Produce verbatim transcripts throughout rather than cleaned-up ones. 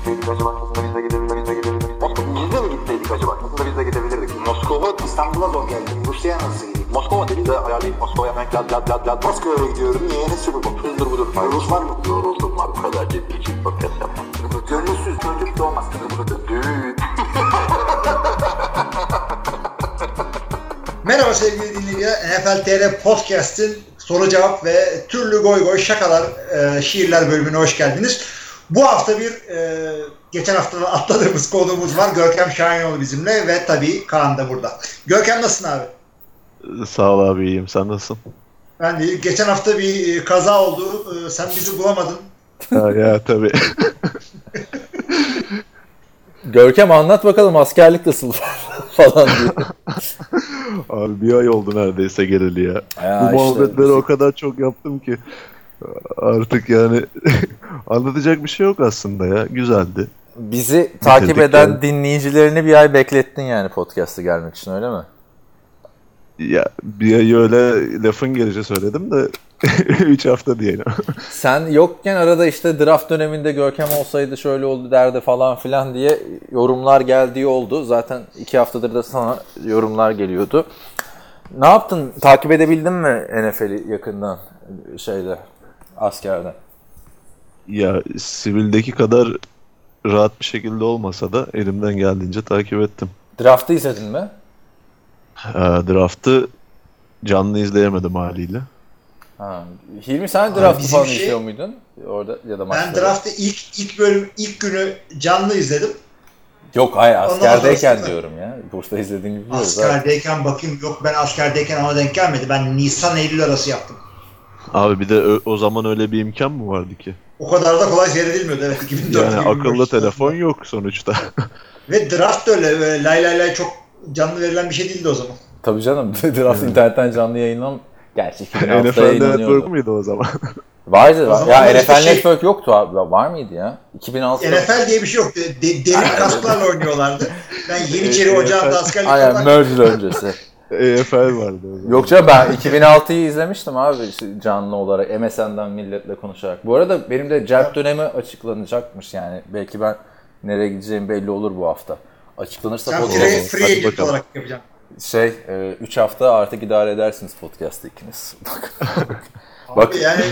gitseydik acaba? Aslında biz de gidebilirdik. Biz de gidebilirdik. Biz de mi gitseydik acaba? Aslında biz de gidebilirdik. Moskova, İstanbul'a zor geldim. Rusya'ya nasıl gideyim? Moskova dedi de ayarlayıp Moskova'ya hemen lad lad lad lad. Moskova'ya gidiyorum. Niye? Süper bu. Hızdır budur. Rus var mı? Yoruldum var. Bu kadar ciddi için podcast yapmam. Gönülsüz çocuk doğmaz. Düğün. Merhaba sevgili dinleyiciler. N F L T R Podcast'in soru cevap ve türlü goy goy şakalar, e, şiirler bölümüne hoş geldiniz. Bu hafta bir e, geçen hafta atladığımız konuğumuz var. Görkem Şahinoğlu bizimle ve tabii Kaan da burada. Görkem nasılsın abi? Sağ ol abi, iyiyim. Sen nasılsın? Ben de iyiyim. Geçen hafta bir kaza oldu. E, sen bizi bulamadın. Ha, ya tabii. Görkem anlat bakalım askerlik nasıl falan diye. Abi bir ay oldu neredeyse geleli ya. Ya Bu işte, muhabbetleri biz... o kadar çok yaptım ki artık yani anlatacak bir şey yok aslında ya. Güzeldi. Bizi takip Bitirdik eden yani. dinleyicilerini bir ay beklettin yani podcast'a gelmek için, öyle mi? Ya bir ay öyle lafın gelişi söyledim de üç hafta diyelim. Sen yokken arada işte draft döneminde Görkem olsaydı şöyle oldu derdi falan filan diye yorumlar geldiği oldu. Zaten iki haftadır da sana yorumlar geliyordu. Ne yaptın? Takip edebildin mi N F L'i yakından şeyde, askerden? Ya sivildeki kadar rahat bir şekilde olmasa da elimden geldiğince takip ettim. Draft'ı izledin mi? Ee, draft'ı canlı izleyemedim haliyle. Ha. Hilmi sen draft'ı bizim falan şey- izliyor muydun? Orada ya da maçları. Ben draft'ı ilk ilk bölüm ilk günü canlı izledim. Yok hayır, Ondan askerdeyken sonrasında- diyorum ya. Bursa'da izlediğin gibi biliyoruz. ha. Askerdeyken bakayım, yok ben askerdeyken ona denk gelmedi. Ben Nisan-Eylül arası yaptım. Abi bir de ö- o zaman öyle bir imkan mı vardı ki? O kadar da kolay seyredilmiyordu, evet. iki bin dört Yani iki bin beş akıllı telefon yok sonuçta. Ve draft da öyle, böyle lay lay lay çok canlı verilen bir şey değildi o zaman. Tabii canım. Draft internetten canlı yayınlan. Gerçi iki bin N altıda F L Network yayınlanıyordu. muydu o zaman? Vardı. O Var. zaman Ya da N F L işte şey- Network yoktu abi. Var mıydı ya? iki bin altıda. N F L diye bir şey yoktu. De, derin kasklarla oynuyorlardı. Ben Yeniçeri E, Ocağı'nda N F L askerlik Aynen, yaparken merger öncesi. E F L vardı o zaman. Yok canım, ben iki bin altıyı izlemiştim abi işte canlı olarak M S N'den milletle konuşarak. Bu arada benim de Celp dönemi açıklanacakmış yani. Belki ben nereye gideceğim belli olur bu hafta. Açıklanırsa sen podcast- free, free Hadi agent bakalım. olarak yapacağım. Şey, üç hafta artık idare edersiniz podcast'ta ikiniz. Bak. Bak. Abi yani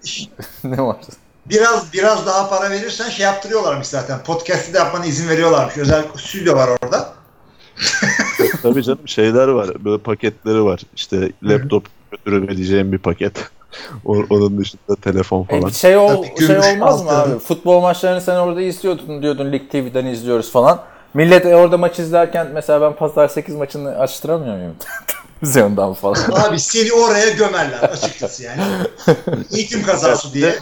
Ne var? biraz biraz daha para verirsen şey yaptırıyorlarmış zaten. Podcast'ı da yapmana izin veriyorlarmış. Özel stüdyo var orada. Tabii canım, şeyler var. Böyle paketleri var. İşte laptop götürebileceğim bir paket. O- Onun dışında telefon falan. E, şey ol, Tabii, şey gümüş olmaz mı altın. abi? Futbol maçlarını sen orada izliyordun diyordun, Lig T V'den izliyoruz falan. Millet e, orada maç izlerken mesela ben pazar sekiz maçını açtıramıyor muyum? Televizyondan falan. Abi seni oraya gömerler açıkçası yani. Eğitim kazası diye.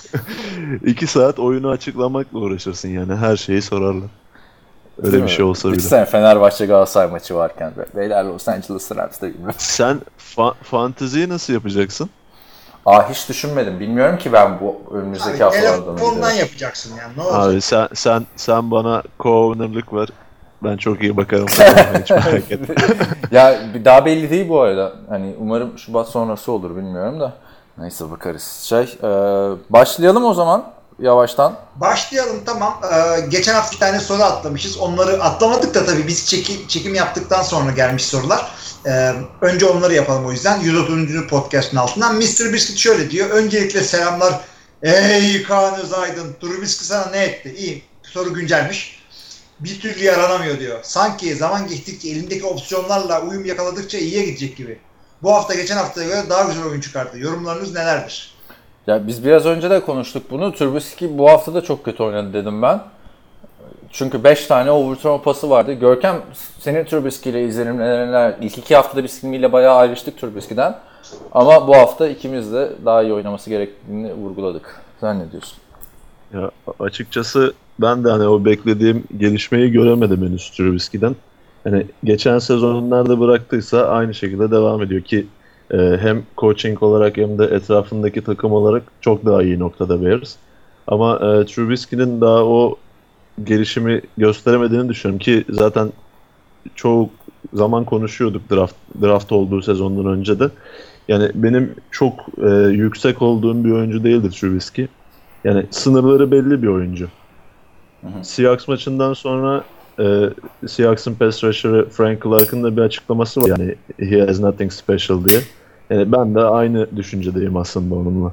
İki saat oyunu açıklamakla uğraşırsın yani. Her şeyi sorarlar. Öyle Değil bir mi? şey olsa bile. Düşünsene Fenerbahçe Galatasaray maçı varken. Beyler Los Angeles Rams'da bilmiyorum. Sen fa- fanteziyi nasıl yapacaksın? Aa, hiç düşünmedim. Bilmiyorum ki ben bu önümüzdeki Abi, haftalarda mı telefondan giderim. yapacaksın yani. Ne olacak? Abi sen sen sen bana co-owner'lık ver. Ben çok iyi bakarım. Hiç merak etme. Ya daha belli değil bu arada. Hani umarım Şubat sonrası olur, bilmiyorum da. Neyse bakarız. Şey, e, başlayalım o zaman yavaştan. Başlayalım, tamam. Ee, geçen hafta bir tane soru atlamışız. Onları atlamadık da tabii biz çekim, çekim yaptıktan sonra gelmiş sorular. Ee, önce onları yapalım o yüzden. yüz otuzuncu podcast'ın altından. mister Biscuit şöyle diyor. Öncelikle selamlar. Ey Kaan Özaydın. Trubisky sana ne etti? İyi. Soru güncelmiş. Bir türlü yaranamıyor diyor. Sanki zaman geçtikçe elindeki opsiyonlarla uyum yakaladıkça iyiye gidecek gibi. Bu hafta geçen haftaya göre daha güzel oyun çıkardı. Yorumlarınız nelerdir? Ya biz biraz önce de konuştuk bunu. Trubisky bu hafta da çok kötü oynadı dedim ben. Çünkü beş tane overthrow pası vardı. Görkem, senin Trubisky ile izlenimler neler? İlk iki haftada biz Hilmi ile bayağı ayrıştık Trubisky'den. Ama bu hafta ikimiz de daha iyi oynaması gerektiğini vurguladık. Sen ne diyorsun? Ya açıkçası ben de hani o beklediğim gelişmeyi göremedim henüz Trubisky'den. Hani geçen sezon nerede bıraktıysa aynı şekilde devam ediyor ki e, hem coaching olarak hem de etrafındaki takım olarak çok daha iyi noktada Bears. Ama e, Trubisky'nin daha o gelişimi gösteremediğini düşünüyorum ki zaten çoğu zaman konuşuyorduk draft draft olduğu sezondan önce de. Yani benim çok e, yüksek olduğum bir oyuncu değildir Trubisky. Yani sınırları belli bir oyuncu. Seahawks maçından sonra e, Seahawks'ın pass rusher'ı Frank Clark'ın da bir açıklaması var. Yani he has nothing special diye. Yani ben de aynı düşüncedeyim aslında onunla.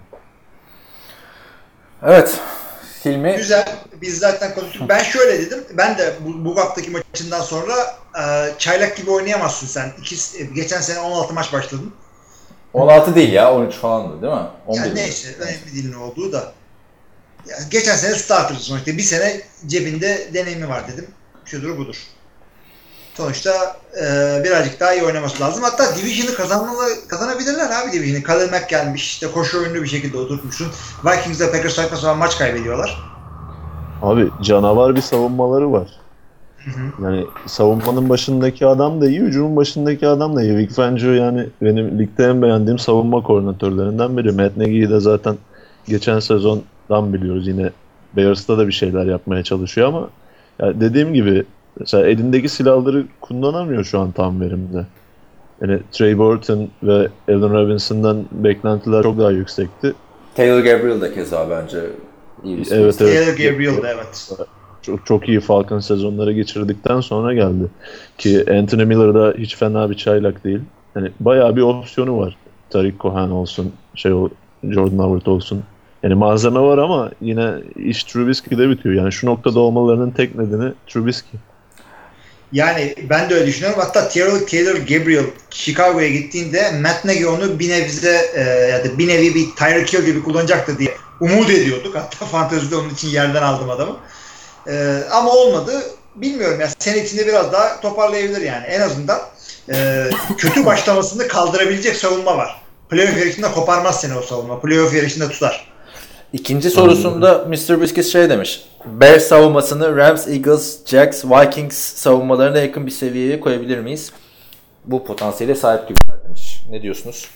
Evet. Hilmi. Güzel. Biz zaten konuştuk. Ben şöyle dedim. Ben de bu, bu haftaki maçından sonra e, çaylak gibi oynayamazsın sen. İki, geçen sene on altı maç başladın. on altı değil ya. on üç falandı değil mi? on bir Yani neyse. Önemli değil ne olduğu da. Ya, geçen sene starter'dı sonuçta. Bir sene cebinde deneyimi var dedim. Şudur budur. Sonuçta e, birazcık daha iyi oynaması lazım. Hatta Division'ı kazanmalı, kazanabilirler abi Division'ı. Khalil Mack gelmiş. İşte koşu oyunlu bir şekilde oturtmuşsun. Vikings'de Packers sayfa sonra maç kaybediyorlar. Abi canavar bir savunmaları var. Hı hı. Yani savunmanın başındaki adam da iyi, hücumun başındaki adam da iyi. Vic Fangio yani benim ligde en beğendiğim savunma koordinatörlerinden biri. Matt Nagy'yi de zaten geçen sezondan biliyoruz. Yine Bears'ta da bir şeyler yapmaya çalışıyor ama yani dediğim gibi mesela elindeki silahları kullanamıyor şu an tam verimde. Yani Trey Burton ve Allen Robinson'dan beklentiler çok daha yüksekti. Taylor Gabriel de keza bence iyi bir Evet, evet. Taylor Gabriel de evet. Çok, çok iyi Falcon sezonları geçirdikten sonra geldi. Ki Anthony Miller da hiç fena bir çaylak değil. Yani bayağı bir opsiyonu var. Tariq Cohen olsun, şey Jordan Howard olsun. Yani malzeme var ama yine iş Trubisky'de bitiyor. Yani şu noktada olmalarının tek nedeni Trubisky. Yani ben de öyle düşünüyorum. Hatta Taylor, Taylor Gabriel Chicago'ya gittiğinde Matt Nagy onu bir nebze e, ya da bir nevi bir Tyreek Hill gibi kullanacaktı diye umut ediyorduk. Hatta fantezide onun için yerden aldım adamı. E, ama olmadı. Bilmiyorum ya. Sene içinde biraz daha toparlayabilir yani. En azından e, kötü başlamasını kaldırabilecek savunma var. Playoff yarışında koparmaz seni o savunma. Playoff yarışında tutar. İkinci sorusunda mister Biscuit şey demiş. Bears savunmasını Rams, Eagles, Jacks, Vikings savunmalarına yakın bir seviyeye koyabilir miyiz? Bu potansiyele sahip gibi demiş. Ne diyorsunuz?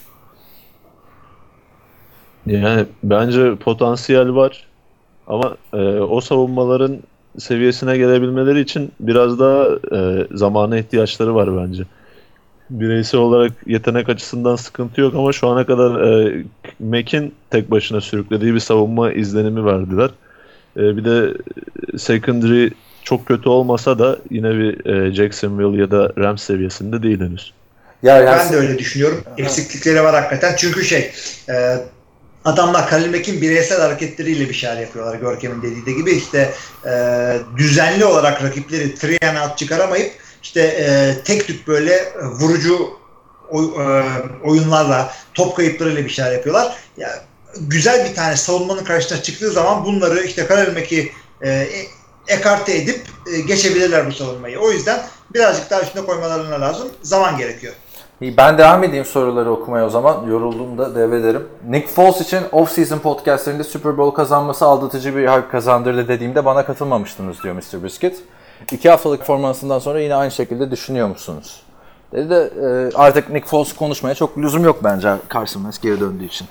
Yani bence potansiyel var ama e, o savunmaların seviyesine gelebilmeleri için biraz daha e, zamana ihtiyaçları var bence. Bireysel olarak yetenek açısından sıkıntı yok ama şu ana kadar e, Mac'in tek başına sürüklediği bir savunma izlenimi verdiler. E, bir de secondary çok kötü olmasa da yine bir e, Jacksonville ya da Rams seviyesinde değil henüz. Ya, ben de öyle düşünüyorum. Eksiklikleri var hakikaten. Çünkü şey e, adamlar Khalil Mack'in bireysel hareketleriyle bir şeyler yapıyorlar. Görkem'in dediği de gibi işte e, düzenli olarak rakipleri three and out çıkaramayıp işte e, tek tük böyle vurucu oy, e, oyunlarla, top kayıplarıyla bir şeyler yapıyorlar. Ya, güzel bir tane savunmanın karşısına çıktığı zaman bunları işte Khalil Mack'i e, ekarte edip e, geçebilirler bu savunmayı. O yüzden birazcık daha üstüne koymalarına lazım. Zaman gerekiyor. Ben devam edeyim soruları okumaya o zaman. Yorulduğumda devrederim. Nick Foles için off-season podcastlerinde Super Bowl kazanması aldatıcı bir hype kazandırdı dediğimde bana katılmamıştınız diyor mister Biscuit. İki haftalık performansından sonra yine aynı şekilde düşünüyor musunuz? Dedi de e, artık Nick Foles konuşmaya çok lüzum yok bence Carson Wentz geri döndüğü için.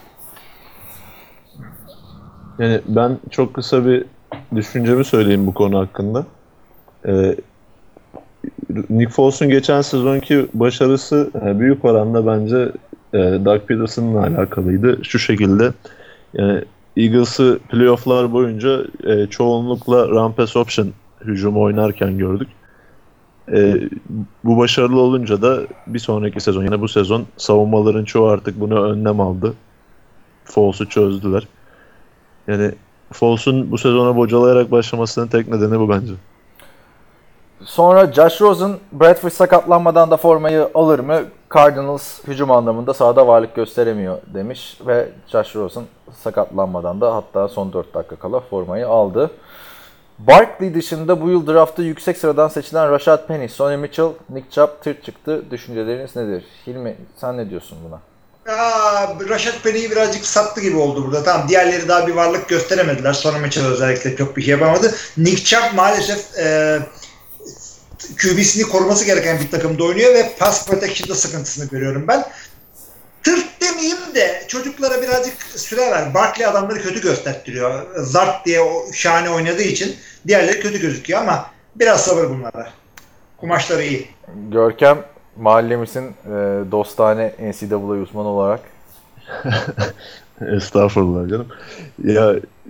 Yani ben çok kısa bir düşüncemi söyleyeyim bu konu hakkında. Ee, Nick Foles'un geçen sezonki başarısı büyük oranda bence e, Doug Peterson'la alakalıydı. Şu şekilde yani Eagles'ı playoff'lar boyunca e, çoğunlukla run pass option hücumu oynarken gördük. E, bu başarılı olunca da bir sonraki sezon yani bu sezon savunmaların çoğu artık buna önlem aldı. Foles'u çözdüler. Yani Foles'un bu sezona bocalayarak başlamasının tek nedeni bu bence. Sonra Josh Rosen, Bradford sakatlanmadan da formayı alır mı? Cardinals hücum anlamında sahada varlık gösteremiyor demiş ve Josh Rosen sakatlanmadan da hatta son dört dakika kala formayı aldı. Barkley dışında bu yıl draftta yüksek sıradan seçilen Rashad Penny, Sonny Mitchell, Nick Chubb tırt çıktı. Düşünceleriniz nedir? Hilmi sen ne diyorsun buna? Aa, Rashad Penny'yi birazcık sattı gibi oldu burada. Tamam diğerleri daha bir varlık gösteremediler. Sonny Mitchell özellikle çok bir şey yapamadı. Nick Chubb maalesef e, Q B'sini koruması gereken bir takımda oynuyor ve pass protection'da sıkıntısını görüyorum ben. Tırt demeyeyim de çocuklara birazcık süre ver. Barkley adamları kötü göstertiriyor. Zart diye o şahane oynadığı için diğerleri kötü gözüküyor ama biraz sabır bunlara. Kumaşları iyi. Görkem mahallemizin e, dostane N C A A uzmanı olarak. Estağfurullah canım. Ya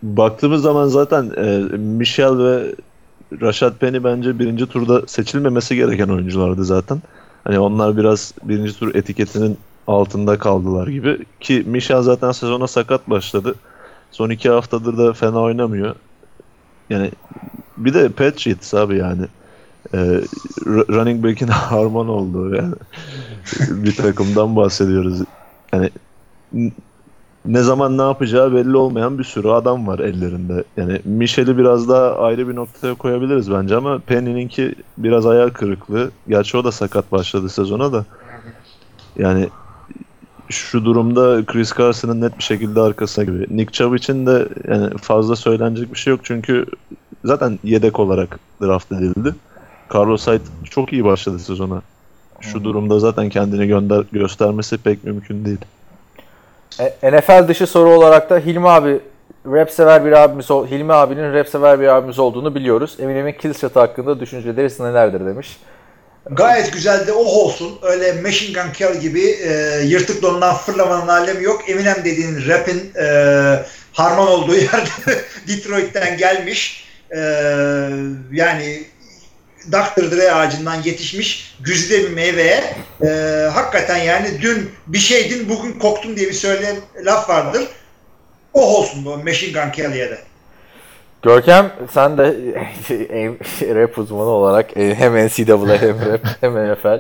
baktığımız zaman zaten e, Michel ve Rashad Penny bence birinci turda seçilmemesi gereken oyunculardı zaten. Hani onlar biraz birinci tur etiketinin altında kaldılar gibi. Ki Michel zaten sezona sakat başladı. Son iki haftadır da fena oynamıyor. Yani bir de Patriots abi yani. Ee, running back'in harman olduğu yani. Bir takımdan bahsediyoruz. Yani ne zaman ne yapacağı belli olmayan bir sürü adam var ellerinde. Yani Michel'i biraz daha ayrı bir noktaya koyabiliriz bence ama Penny'ninki biraz hayal kırıklığı. Gerçi o da sakat başladı sezona da. Yani şu durumda Chris Carson'ın net bir şekilde arkasına gibi. Nick Chubb için de yani fazla söylenecek bir şey yok çünkü zaten yedek olarak draft edildi. Carlos Hyde çok iyi başladı sezona. Şu durumda zaten kendini gönder göstermesi pek mümkün değil. N F L dışı soru olarak da Hilmi abi rap sever bir abimiz ol- Hilmi abinin rap sever bir abimiz olduğunu biliyoruz. Eminem'in Killshot hakkında düşünceleri nelerdir demiş. Gayet güzel de oh olsun. Öyle Machine Gun Kelly gibi e, yırtık dondan fırlamanın alemi yok. Eminem dediğin rap'in e, harman olduğu yerde Detroit'ten gelmiş. E, yani doktor Dre ağacından yetişmiş güzide bir meyveye. E, hakikaten yani dün bir şeydin bugün koktun diye bir söylem laf vardır. Oh olsun bu Machine Gun Kelly'ye de. Görkem sen de rap uzmanı olarak hem N C A A hem rap hem N F L.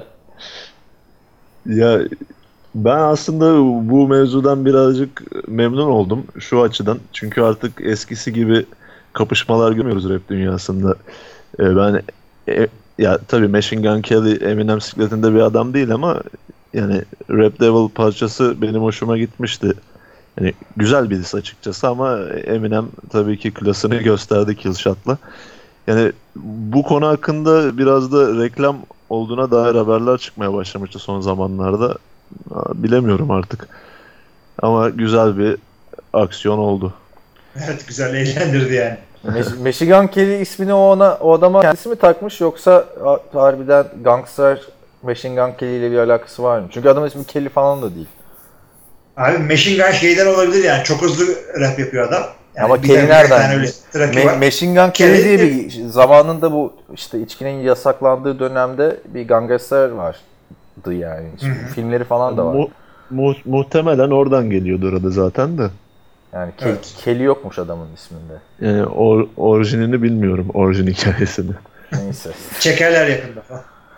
Ya ben aslında bu mevzudan birazcık memnun oldum şu açıdan. Çünkü artık eskisi gibi kapışmalar görmüyoruz rap dünyasında. Ee, ben e, ya tabii Machine Gun Kelly Eminem sikletinde bir adam değil ama yani Rap Devil parçası benim hoşuma gitmişti. Yani güzel bir diss açıkçası ama Eminem tabii ki klasını gösterdi Killshot'la. Yani bu konu hakkında biraz da reklam olduğuna dair haberler çıkmaya başlamıştı son zamanlarda. Bilemiyorum artık. Ama güzel bir aksiyon oldu. Evet güzel eğlendirdi yani. Michigan Kelly ismini o ona o adama kendisi mi takmış yoksa harbiden Gangster Machine Gun Kelly ile bir alakası var mı? Çünkü adamın ismi Kelly falan da değil. Abi Machine Gun şeyden olabilir yani çok hızlı rap yapıyor adam. Yani ama Kelly nereden? Me- Machine Gun Kelly, Kelly diye bir zamanında bu işte içkinin yasaklandığı dönemde bir gangster vardı yani. Hı-hı. Filmleri falan da var. Mu- mu- muhtemelen oradan geliyordur adı zaten de. Yani Ke- evet. Kelly yokmuş adamın isminde. Yani or- orijinini bilmiyorum, orijin hikayesini. Neyse. Çekerler yakında falan.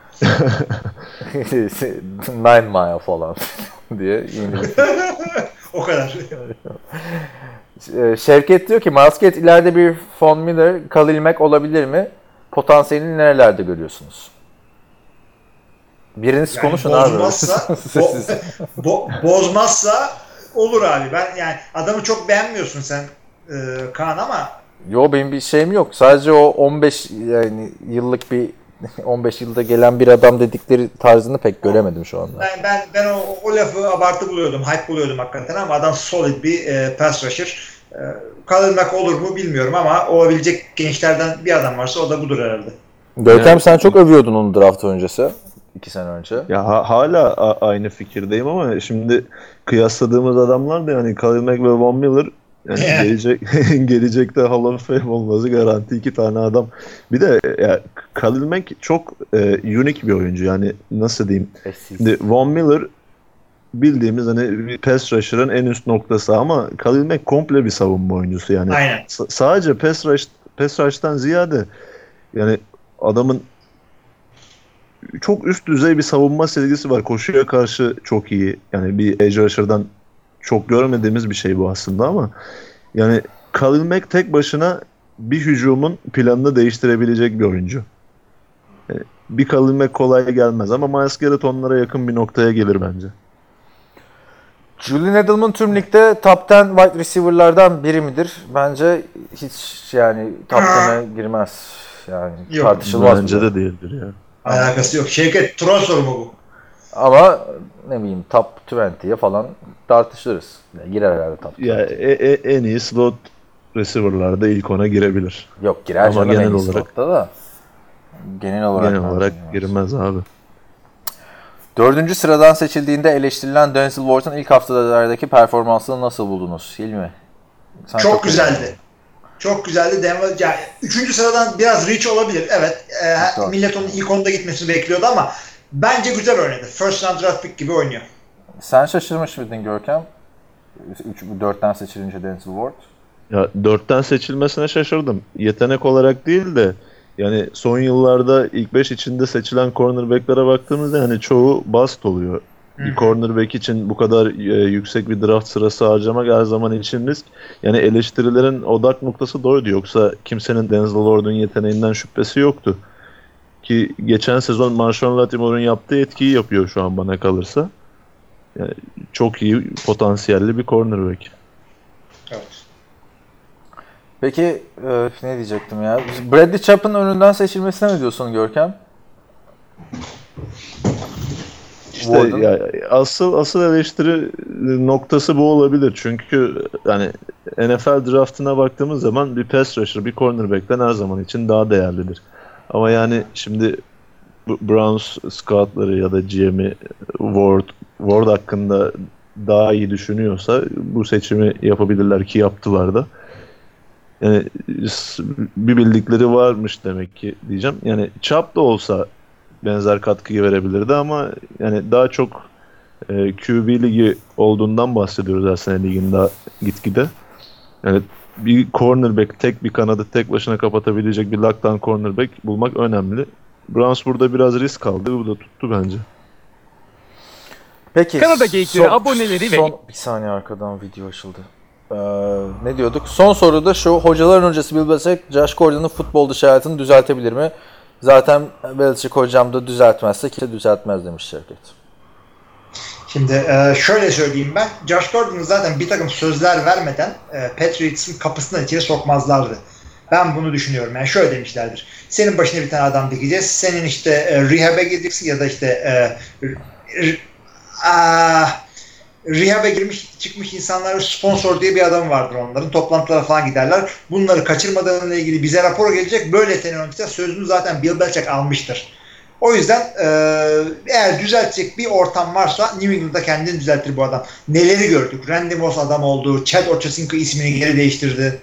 Nine Mile falan diye yeni bir o kadar. Şevket diyor ki Masket ileride bir Von Miller, Khalil Mack olabilir mi? Potansiyelini nerelerde görüyorsunuz? Biriniz yani konuşun bozmazsa, abi. bo- bo- bozmazsa olur abi. Ben yani adamı çok beğenmiyorsun sen e, Kaan ama. Yo benim bir şeyim yok. Sadece o on beş yani yıllık bir on beş yılda gelen bir adam dedikleri tarzını pek göremedim şu anda. Ben ben ben o, o lafı abartı buluyordum, hype buluyordum hakikaten ama adam solid bir e, pass rusher. E, Khalil olur mu bilmiyorum ama olabilecek gençlerden bir adam varsa o da budur herhalde. Görkem yani, sen çok övüyordun onu draft öncesi. iki sene önce. Ya ha, hala a- aynı fikirdeyim ama şimdi kıyasladığımız adamlar da yani Khalil Mack ve Von Miller yani gelecek gelecekte Hall of Fame olması garanti iki tane adam. Bir de ya Khalil Mack çok e, unik bir oyuncu yani nasıl diyeyim. Şimdi Von Miller bildiğimiz hani bir pass rusher'ın en üst noktası ama Khalil Mack komple bir savunma oyuncusu yani. Aynen. S- sadece pass rush pass rush'tan ziyade yani adamın çok üst düzey bir savunma sevgisi var. Koşuya karşı çok iyi. Yani bir edge rusher'dan çok görmediğimiz bir şey bu aslında ama yani Khalil Mack tek başına bir hücumun planını değiştirebilecek bir oyuncu. Yani bir Khalil Mack kolay gelmez ama Myles Garrett onlara yakın bir noktaya gelir bence. Julian Edelman tüm ligde top on wide receiver'lardan biri midir? Bence hiç yani top on'a girmez. Yani yok, tartışılmaz. Bence de değildir ya. Alakası yok. Şevket troll soru mu bu? Ama ne bileyim top yirmiye falan tartışırız. Yani girer herhalde top. Ya e, e, en iyi slot receiver'larda ilk ona girebilir. Yok girer ama genel olarak da. Genel olarak genel olarak girmez abi. Dördüncü sıradan seçildiğinde eleştirilen Denzel Ward'un ilk haftalardaki performansını nasıl buldunuz? Hilmi? Sen çok, çok güzeldi. Çok güzeldi. Denver, yani üçüncü sıradan biraz reach olabilir. Evet. E, millet onun ilk onda gitmesini bekliyordu ama bence güzel oynadı. First round draft pick gibi oynuyor. Sen şaşırmış mıydın Görkem? dörtten seçilince Denzel Ward. Ya dörtten seçilmesine şaşırdım. Yetenek olarak değil de yani son yıllarda ilk beş içinde seçilen cornerback'lere baktığımızda hani çoğu bust oluyor. Bir cornerback için bu kadar e, yüksek bir draft sırası harcamak her zaman için risk. Yani eleştirilerin odak noktası da oydu. Yoksa kimsenin Denzel Ward'un yeteneğinden şüphesi yoktu. Ki geçen sezon Marshawn Lattimore'un yaptığı etkiyi yapıyor şu an bana kalırsa. Yani çok iyi potansiyelli bir cornerback. Evet. Peki e, ne diyecektim ya? Bradley Chubb'ın önünden seçilmesine ne diyorsun Görkem? İşte ya, asıl asıl eleştiri noktası bu olabilir. Çünkü yani N F L draftına baktığımız zaman bir pass rusher, bir cornerback'ten her zaman için daha değerlidir. Ama yani şimdi Browns scoutları ya da G M'i Ward, Ward hakkında daha iyi düşünüyorsa bu seçimi yapabilirler ki yaptılar da. Yani bir bildikleri varmış demek ki diyeceğim. Yani Chubb da olsa benzer katkıyı verebilirdi ama yani daha çok e, Q B ligi olduğundan bahsediyoruz her sene liginde gitgide. Yani bir cornerback, tek bir kanadı tek başına kapatabilecek bir lockdown cornerback bulmak önemli. Browns burada biraz risk aldı. Bu da tuttu bence. Peki. Kanada Geyikleri aboneleri ve... Son, bir saniye arkadan video açıldı. Ee, ne diyorduk? Son soru da şu. Hocaların hocası Bill Belichick, Josh Gordon'un futbol dışı hayatını düzeltebilir mi? Zaten Belichick hocam da düzeltmezse kimse düzeltmez demiş Şevket. Şimdi şöyle söyleyeyim ben. Josh Gordon'u zaten bir takım sözler vermeden Patriots'ın kapısından içeri sokmazlardı. Ben bunu düşünüyorum. Yani şöyle demişlerdir. Senin başına bir tane adam dikeceğiz. Senin işte rehab'e gideceksin ya da işte e, re, a, rehab'e girmiş çıkmış insanlar sponsor diye bir adam vardır onların. Toplantılara falan giderler. Bunları kaçırmadığınla ilgili bize rapor gelecek. Böyle tenörümüzde sözünü zaten Bill Belichick almıştır. O yüzden e, eğer düzeltecek bir ortam varsa New England'da kendini düzeltir bu adam. Neleri gördük? Randy Moss adam oldu. Chad Ochocinco ismini geri değiştirdi.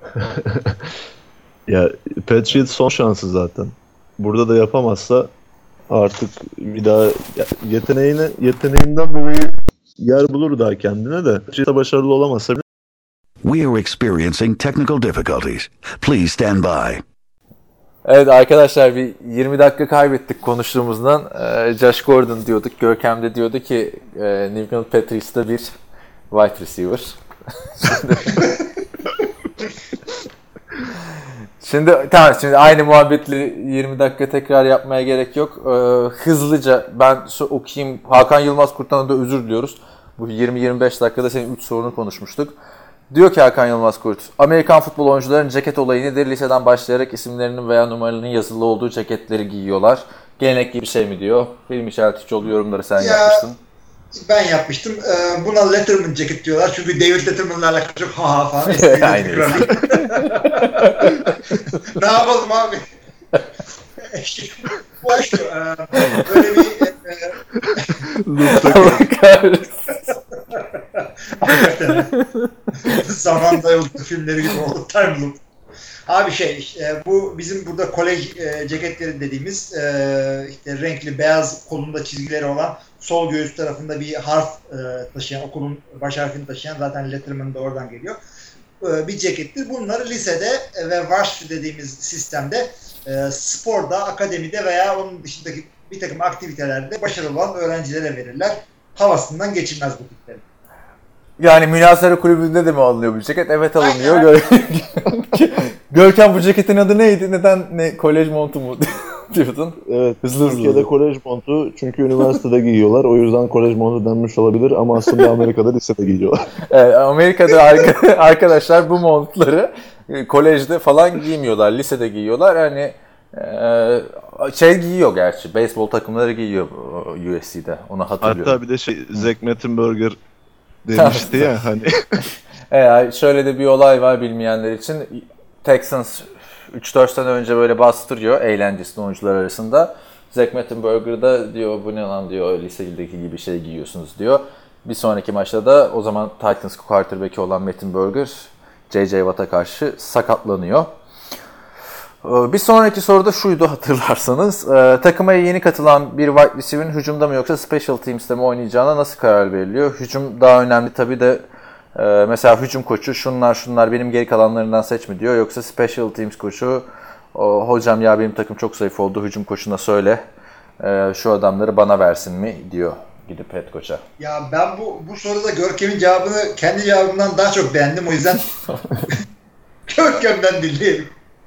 Ya Patriots son şansı zaten. Burada da yapamazsa artık bir daha yeteneğine yeteneğinden dolayı yer bulur daha kendine de. Patriots'a başarılı olamazsa. We are experiencing technical difficulties. Please stand by. Evet arkadaşlar bir yirmi dakika kaybettik konuştuğumuzdan. Ee, Josh Gordon diyorduk. Görkem de diyordu ki e, New England Patriots'ta bir wide receiver. şimdi, şimdi tamam şimdi aynı muhabbetleri yirmi dakika tekrar yapmaya gerek yok. Ee, hızlıca ben okuyayım. Hakan Yılmaz Kurt'tan da özür diliyoruz. Bu yirmi yirmi beş dakikada senin üç sorunu konuşmuştuk. Diyor ki Hakan Yılmaz Kurt, Amerikan futbol oyuncuların ceket olayı nedir? Liseden başlayarak isimlerinin veya numaralarının yazılı olduğu ceketleri giyiyorlar. Gelenek gibi bir şey mi diyor? Film işareti hiç oluyor, yorumları sen ya, yapmıştın. Ben yapmıştım. Ee, buna Letterman ceket diyorlar. Çünkü David Letterman'la alakalı çok ha ha falan. Aynen. Ne yapalım abi? Bu aşkı. Böyle bir... Allah kahretsin. Zamanda yolcu filmleri gibi oldu. Time loop. Abi şey, e, bu bizim burada kolej e, ceketleri dediğimiz e, işte renkli beyaz kolunda çizgileri olan sol göğüs tarafında bir harf e, taşıyan, okulun baş harfini taşıyan zaten Letterman da oradan geliyor. E, bir cekettir. Bunları lisede ve varsity dediğimiz sistemde e, sporda, akademide veya onun dışındaki bir takım aktivitelerde başarılı olan öğrencilere verirler. Havasından geçilmez bu tiplerin. Yani münazara kulübünde de mi alınıyor bu ceket? Evet alınıyor. Gör- Görkem bu ceketin adı neydi? Neden ne kolej montu mu diyordun? Evet. Hızlı Türkiye'de hızlı. kolej montu çünkü üniversitede giyiyorlar. O yüzden kolej montu denmiş olabilir ama aslında Amerika'da lisede giyiyorlar. Evet, Amerika'da arkadaşlar bu montları kolejde falan giymiyorlar. Lisede giyiyorlar. Yani şey giyiyor gerçi. Beyzbol takımları giyiyor U S C'de. Onu hatırlıyorum. Hatta bir de şey Zach Mettenberger demişti ya hani. Evet, şöyle de bir olay var bilmeyenler için. Texans üç dört sene önce böyle bastırıyor eğlencesini oyuncular arasında. Zach Mettenberger da diyor bu ne lan diyor lisedeki gibi şey giyiyorsunuz diyor. Bir sonraki maçta da o zaman Titans quarterback'i olan Mettenberger J J Watt'a karşı sakatlanıyor. Bir sonraki soruda şuydu hatırlarsanız. E, takıma yeni katılan bir wide receiver'in hücumda mı yoksa special teams'te mi oynayacağına nasıl karar veriliyor? Hücum daha önemli tabii de e, mesela hücum koçu şunlar şunlar benim geri kalanlarından seç mi diyor. Yoksa special teams koçu o, hocam ya benim takım çok zayıf oldu hücum koçuna söyle e, şu adamları bana versin mi diyor gidip head koça. Ya ben bu bu soruda Görkem'in cevabını kendi cevabımdan daha çok beğendim. O yüzden Görkem'den dinleyelim.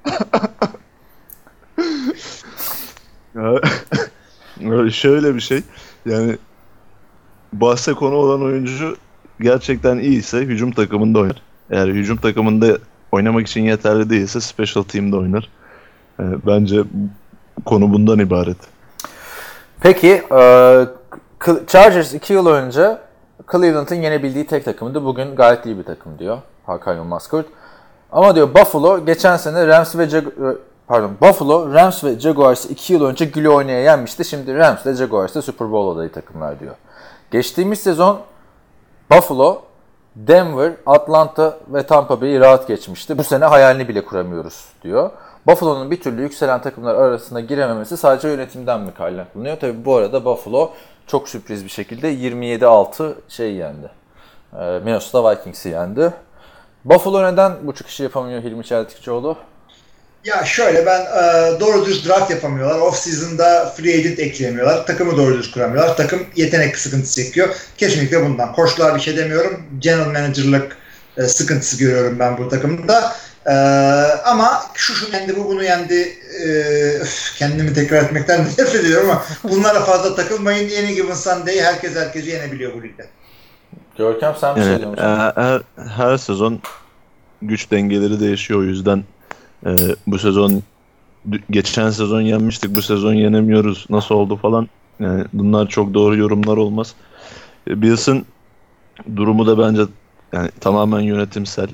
Şöyle bir şey, yani bahse konu olan oyuncu gerçekten iyiyse hücum takımında oynar. Eğer hücum takımında oynamak için yeterli değilse special team'de oynar. Yani bence konu bundan ibaret. Peki, Chargers iki yıl önce Cleveland'ın yenebildiği tek takımdı. Bugün gayet iyi bir takım diyor Hakan Yılmaz-Kurt. Ama diyor Buffalo geçen sene Rams ve Jag- pardon Buffalo Rams ve Jaguars'ı iki yıl önce güle oynaya yenmişti. Şimdi Rams ve Jaguars'ta Super Bowl adayı takımlar diyor. Geçtiğimiz sezon Buffalo, Denver, Atlanta ve Tampa Bay'i rahat geçmişti. Bu sene hayalini bile kuramıyoruz diyor. Buffalo'nun bir türlü yükselen takımlar arasında girememesi sadece yönetimden mi kaynaklanıyor? Tabii bu arada Buffalo çok sürpriz bir şekilde yirmi yedi altı şey yendi. Minnesota Vikings'i yendi. Buffalo neden bu çıkışı yapamıyor Hilmi Çeltikçioğlu? Ya şöyle ben e, doğru düz draft yapamıyorlar. Off season'da free agent ekleyemiyorlar. Takımı doğru düz kuramıyorlar. Takım yetenek sıkıntısı çekiyor. Kesinlikle bundan. Koçluğa bir şey demiyorum. General manager'lık e, sıkıntısı görüyorum ben bu takımda. E, ama şu şu yendi, bu bunu yendi. E, öf, kendimi tekrar etmekten nefret ediyorum ama bunlara fazla takılmayın. Any given Sunday herkes herkesi yenebiliyor bu ligde. Görkem sen bir Yani, şey diyor musun? her, her sezon güç dengeleri değişiyor, o yüzden e, bu sezon geçen sezon yenmiştik, bu sezon yenemiyoruz, nasıl oldu falan, yani bunlar çok doğru yorumlar olmaz. E, Bills'in durumu da bence yani tamamen yönetimsel.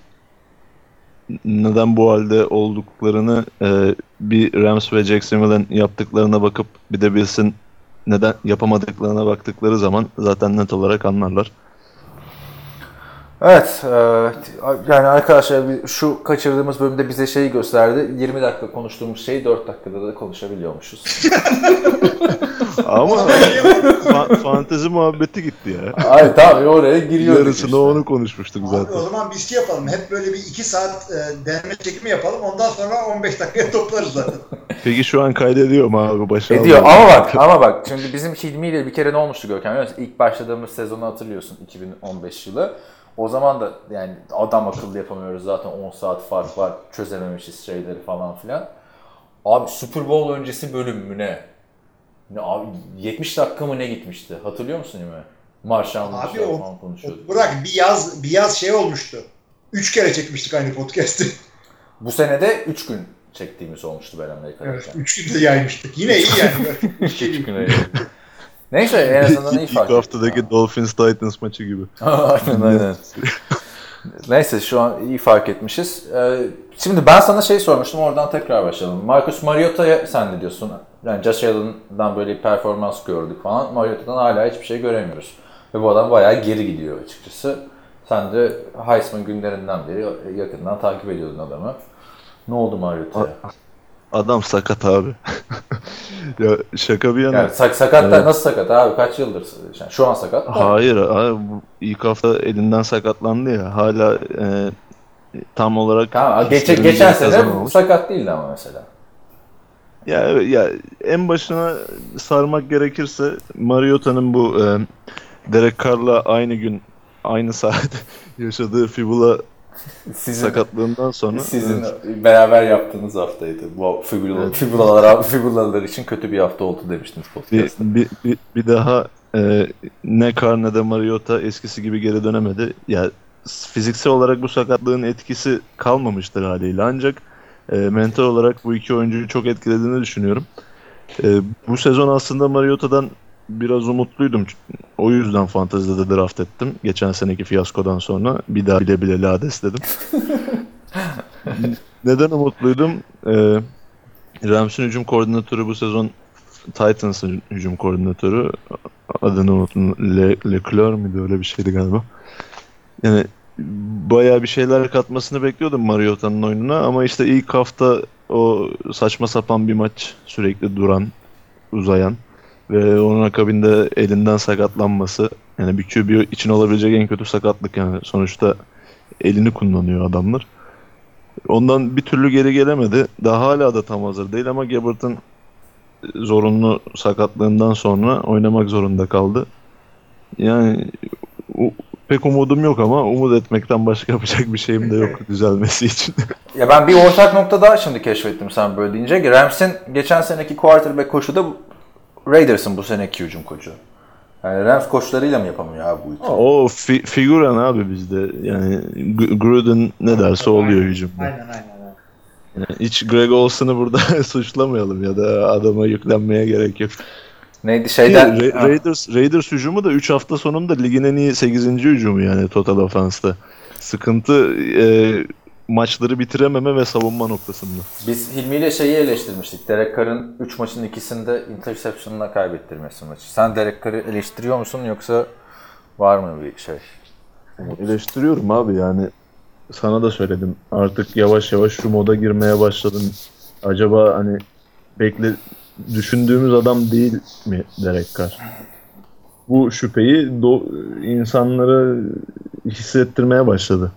Neden bu halde olduklarını e, bir Rams ve Jacksonville'ın yaptıklarına bakıp bir de Bills'in neden yapamadıklarına baktıkları zaman zaten net olarak anlarlar. Evet, e, yani arkadaşlar şu kaçırdığımız bölümde bize şeyi gösterdi. yirmi dakika konuştuğumuz şeyi dört dakikada da konuşabiliyormuşuz. Ama fa- fantezi muhabbeti gitti ya. Ay tabii oraya giriyor. Yarısını işte. onu konuşmuştuk zaten. Abi o zaman biz şey yapalım. Hep böyle bir iki saat e, deneme çekimi yapalım. Ondan sonra on beş dakikaya toplarız zaten. Peki şu an kaydediyor mu abi? Başa Ediyor ama bak ama bak şimdi bizim Hilmi ile bir kere ne olmuştu Görkem? Yani ilk başladığımız sezonu hatırlıyorsun iki bin on beş yılı. O zaman da yani adam akıllı yapamıyoruz zaten on saat fark var, çözememişiz şeyleri falan filan. Abi Super Bowl öncesi bölüm mü ne? Ne abi yetmiş dakika mı ne gitmişti? Hatırlıyor musun değil mi? Marşan Abi falan o, konuşuyorduk. o bırak bir yaz bir yaz şey olmuştu. Üç kere çekmiştik aynı podcast'i. Bu sene de üç gün çektiğimiz olmuştu ben Amerika'da. Evet, üç günde yaymıştık. Yine iyi yani. üç güne. Neyse en azından iyi İlk fark. İlk haftadaki Dolphins-Titans maçı gibi. aynen aynen. Neyse şu an iyi fark etmişiz. Ee, şimdi ben sana şey sormuştum, oradan tekrar başlayalım. Marcus Mariota'ya sen ne diyorsun? Yani Josh Allen'dan böyle bir performans gördük falan. Mariota'dan hala hiçbir şey göremiyoruz. Ve bu adam bayağı geri gidiyor açıkçası. Sen de Heisman günlerinden beri yakından takip ediyordun adamı. Ne oldu Mariota'ya? Adam sakat abi. Ya şaka bir yana. Yani sak sakat da Evet. nasıl sakat abi? Kaç yıldır? Yani şu an sakat da. Hayır abi, bu ilk hafta elinden sakatlandı ya. Hala e, tam olarak Tamam, geç, hiçbir geçen lig sene kazanamamış. sakat değildi ama mesela. Ya evet, ya en başına sarmak gerekirse Mariota'nın bu e, Derek Carr'la aynı gün aynı saat yaşadığı fibula Sizin, sakatlığından sonra sizin evet. beraber yaptığınız haftaydı. Bu fibula, Evet. fibulalar, fibulalar için kötü bir hafta oldu demiştiniz bir, podcast'ta. bir, bir, bir daha e, ne Carr ne de Mariota eskisi gibi geri dönemedi. Ya fiziksel olarak bu sakatlığın etkisi kalmamıştır haliyle, ancak e, mental olarak bu iki oyuncuyu çok etkilediğini düşünüyorum. E, bu sezon aslında Mariota'dan biraz umutluydum. O yüzden fantezide de draft ettim. Geçen seneki fiyaskodan sonra bir daha bile bile lades dedim. Neden umutluydum? Ee, Rams'in hücum koordinatörü bu sezon Titans'ın hücum koordinatörü. Adını unuttum. Le, Leclerc miydi? Öyle bir şeydi galiba. Yani bayağı bir şeyler katmasını bekliyordum Mariota'nın oyununa ama işte ilk hafta o saçma sapan bir maç, sürekli duran, uzayan ve onun akabinde elinden sakatlanması, yani bir Q B için olabilecek en kötü sakatlık, yani sonuçta elini kullanıyor adamlar. Ondan bir türlü geri gelemedi. Daha hala da tam hazır değil ama Gabbert'ın zorunlu sakatlığından sonra oynamak zorunda kaldı. Yani u- pek umudum yok ama umut etmekten başka yapacak bir şeyim de yok düzelmesi için. Ya ben bir ortak nokta daha şimdi keşfettim sen böyle deyince. Rams'in geçen seneki quarterback koçu da Raiders'ın bu seneki hücum koçu. Yani Rams koçlarıyla mı yapamıyor abi bu işi? O fi- figüran abi bizde. Yani G- Gruden ne derse oluyor hücumda. Aynen aynen. aynen. Yani hiç Greg Olson'u burada suçlamayalım ya da adama yüklenmeye gerek yok. Neydi Ki şeyden? Ra- Raiders Raiders hücumu da üç hafta sonunda ligin en iyi sekizinci hücumu yani total offense'ta. Sıkıntı e, maçları bitirememe ve savunma noktasında. Biz Hilmi ile şeyi eleştirmiştik. Derek Carr'ın üç maçın ikisinde interception'la kaybettirmesi maçı. Sen Derek Carr'ı eleştiriyor musun yoksa var mı bir şey? Eleştiriyorum abi, yani sana da söyledim. Artık yavaş yavaş şu moda girmeye başladım. Acaba hani bekle düşündüğümüz adam değil mi Derek Carr? Bu şüpheyi do- insanlara hissettirmeye başladı.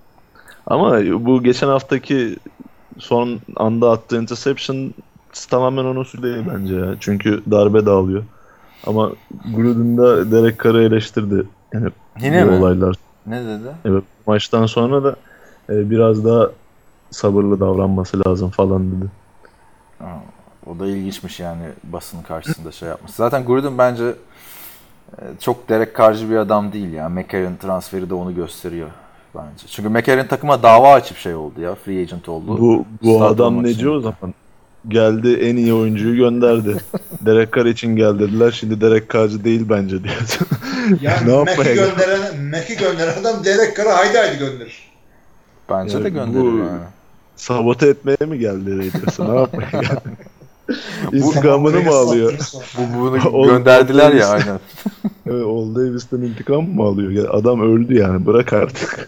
Ama bu geçen haftaki son anda attığı interception tamamen onun suçu değil bence ya. Çünkü darbe dağılıyor. Ama Gruden da Derek Carr'ı eleştirdi. Yani Yine bu mi? olaylar. Ne dedi? Evet, maçtan sonra da e, biraz daha sabırlı davranması lazım falan dedi. Ha, o da ilginçmiş yani basın karşısında şey yapmış. Zaten Gruden bence e, çok Derek Carr'cı bir adam değil ya. McCarron transferi de onu gösteriyor bence. Çünkü McCarron takıma dava açıp şey oldu ya. Free agent oldu. Bu bu Start adam olmak neci için. o zaman? Geldi, en iyi oyuncuyu gönderdi. Derek Carr için gel dediler. Şimdi Derek Carr'cı değil bence diyorsun. Yani Ne Mac'i yapmaya gönderen, Mac'i gönderen adam Derek Carr'ı haydi haydi gönderir. Bence Yani de gönderir bu- yani. Sabote etmeye mi geldi diyorsun? Ne yapmaya geldi? Tamam, İntikamını böyle mı alıyor? sattınız sonra. Bu bunu Old- gönderdiler Old ya Davis. aynen. Evet, Old Davis'ten intikam mı alıyor? Ya adam öldü yani, bırak artık.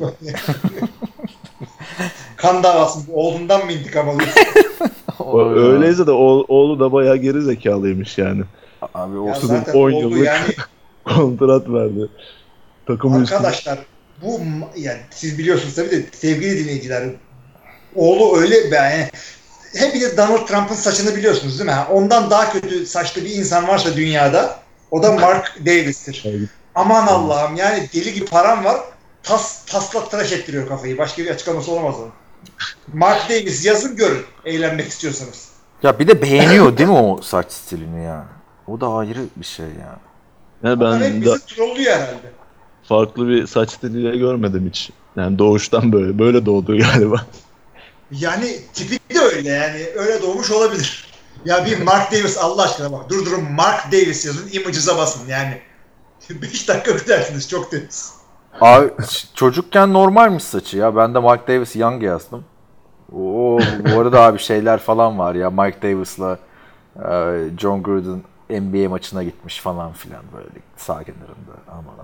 Kan davası oğlundan mı intikam alıyorsun? O- Öyleyse de oğlu, oğlu da bayağı geri zekalıymış yani. Abi o Ya Olsun, zaten on oldu yıllık yani. kontrat verdi. Takım üstüne. Arkadaşlar bu yani siz biliyorsunuz tabii de sevgili dinleyiciler, oğlu öyle yani hepiniz Donald Trump'ın saçını biliyorsunuz değil mi? Ondan daha kötü saçlı bir insan varsa dünyada o da Mark Davis'tir. Evet. Aman Allah'ım, yani deli gibi param var, tas tasla tıraş ettiriyor kafayı. Başka bir açıklaması olamaz onun. Mark Davis yazın görün eğlenmek istiyorsanız. Ya bir de beğeniyor değil mi o saç stilini ya? O da ayrı bir şey ya. Yani Ben ben hep da bizi trollüyor herhalde. farklı bir saç stiliyle görmedim hiç. Yani doğuştan böyle. Böyle doğdu galiba. Yani tipi de öyle, yani öyle doğmuş olabilir. Ya bir Mark Davis, Allah aşkına bak durdurun, Mark Davis yazın, image'ıza basın yani. beş dakika ödersiniz, çok temiz. Abi ç- çocukken normalmiş saçı ya. Ben de Mark Davis Young yazdım. Oo, bu arada abi şeyler falan var ya. Mike Davis'la e, John Gruden N B A maçına gitmiş falan filan böyle sağ kenarında. Aman.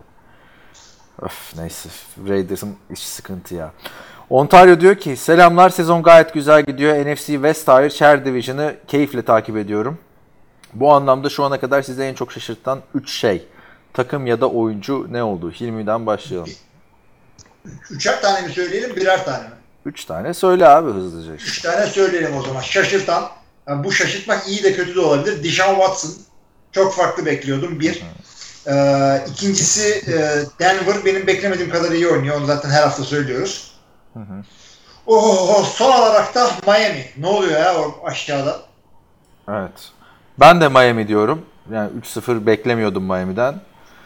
Öf neyse. Raiders'ın işi sıkıntı ya. Ontario diyor ki selamlar, sezon gayet güzel gidiyor. N F C West hariç her division'ı keyifle takip ediyorum. Bu anlamda şu ana kadar size en çok şaşırtan üç şey. Takım ya da oyuncu ne oldu? Hilmi'den başlayalım. Üçer tane mi söyleyelim, birer tane mi? üç tane söyle abi hızlıca. Üç tane söyleyelim o zaman. Şaşırtan, yani bu şaşırtmak iyi de kötü de olabilir. Deshaun Watson. Çok farklı bekliyordum. Bir. Ee, ikincisi e, Denver. Benim beklemediğim kadar iyi oynuyor. Onu zaten her hafta söylüyoruz. Hı hı. Oh, son olarak da Miami. Ne oluyor ya o aşağıda? Evet. Ben de Miami diyorum. Yani üç sıfır beklemiyordum Miami'den.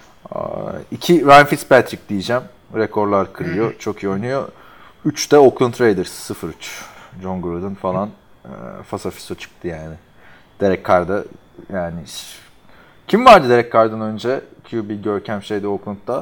iki Ryan Fitzpatrick diyeceğim. Rekorlar kırıyor. Hı. Çok iyi oynuyor. üç de Oakland Raiders sıfır üç. John Gruden falan e, fasafiso çıktı yani. Derek Carr'da yani kim vardı Derek Carr'dan önce? Q B Görkem şeyde Oakland'da.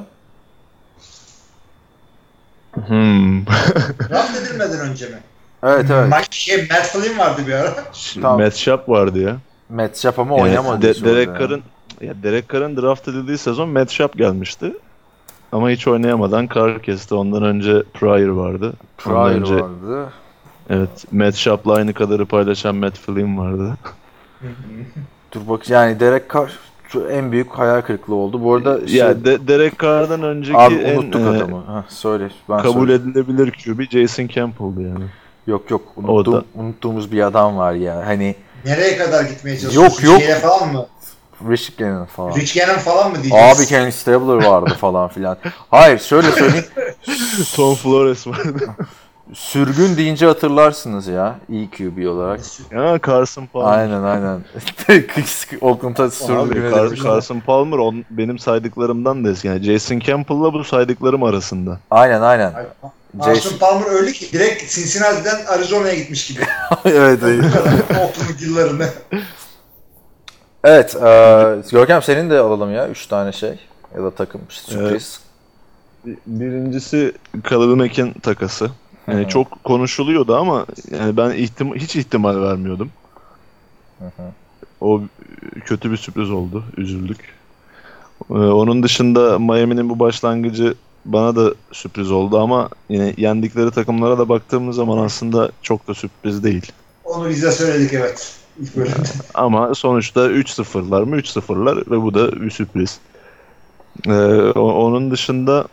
Hmm. Draft edilmeden önce mi? Evet evet. Ma- şey, Matt Flynn vardı bir ara. Tamam. Matt Schaap vardı ya. Matt Schaap ama Yani oynamadı. De- hiç Derek orada Carr'ın ya Derek Carr'ın draft edildiği sezon Matt Schaap gelmişti. ama hiç oynayamadan karar kesti. Ondan önce Pryor vardı. Ondan Pryor önce, vardı. evet, Matt Sharp'la aynı kadarı paylaşan Matt Flynn vardı. Dur bak, yani Derek Carr şu en büyük hayal kırıklığı oldu. Bu arada şey, Ya de, Derek Carr'dan önceki abi en unuttuk e, adamı. Heh, söyle. Ben kabul söyleyeyim. edilebilir Q B Jason Campbell'dı yani. Yok yok, O unuttuğum, da- unuttuğumuz bir adam var ya. Hani Nereye kadar gitmeye çalışıyorsun? Yok, yok. Şeye falan mı? Rich Gannon falan. Rich Gannon falan mı diyeceğiz? Abi Kenny Stabler vardı falan filan. Hayır, şöyle söyleyeyim. Tom Flores vardı. Sürgün deyince hatırlarsınız ya. E Q B olarak. Ya Carson Palmer. Aynen aynen. Oakland'a Abi, sürgün Car- edilmiş. Carson Palmer on, benim saydıklarımdan da eski. Yani Jason Campbell'la bu saydıklarım arasında. Aynen aynen. Ay, Jason- Carson Palmer öyle ki direkt Cincinnati'den Arizona'ya gitmiş gibi. evet evet. Oakland yıllarını. Evet. E, Görkem senin de alalım ya. Üç tane şey. Ya da takım sürpriz. Birincisi Khalil Mack'in takası. Yani Hı hı. çok konuşuluyordu ama yani ben ihtim- hiç ihtimal vermiyordum. Hı hı. O kötü bir sürpriz oldu. Üzüldük. Ee, onun dışında Miami'nin bu başlangıcı bana da sürpriz oldu ama yine yendikleri takımlara da baktığımız zaman aslında çok da sürpriz değil. Onu biz de söyledik, evet. İlk bölümde. Ama sonuçta üç sıfırlar mı üç sıfırlar ve bu da bir sürpriz. Ee, o- onun dışında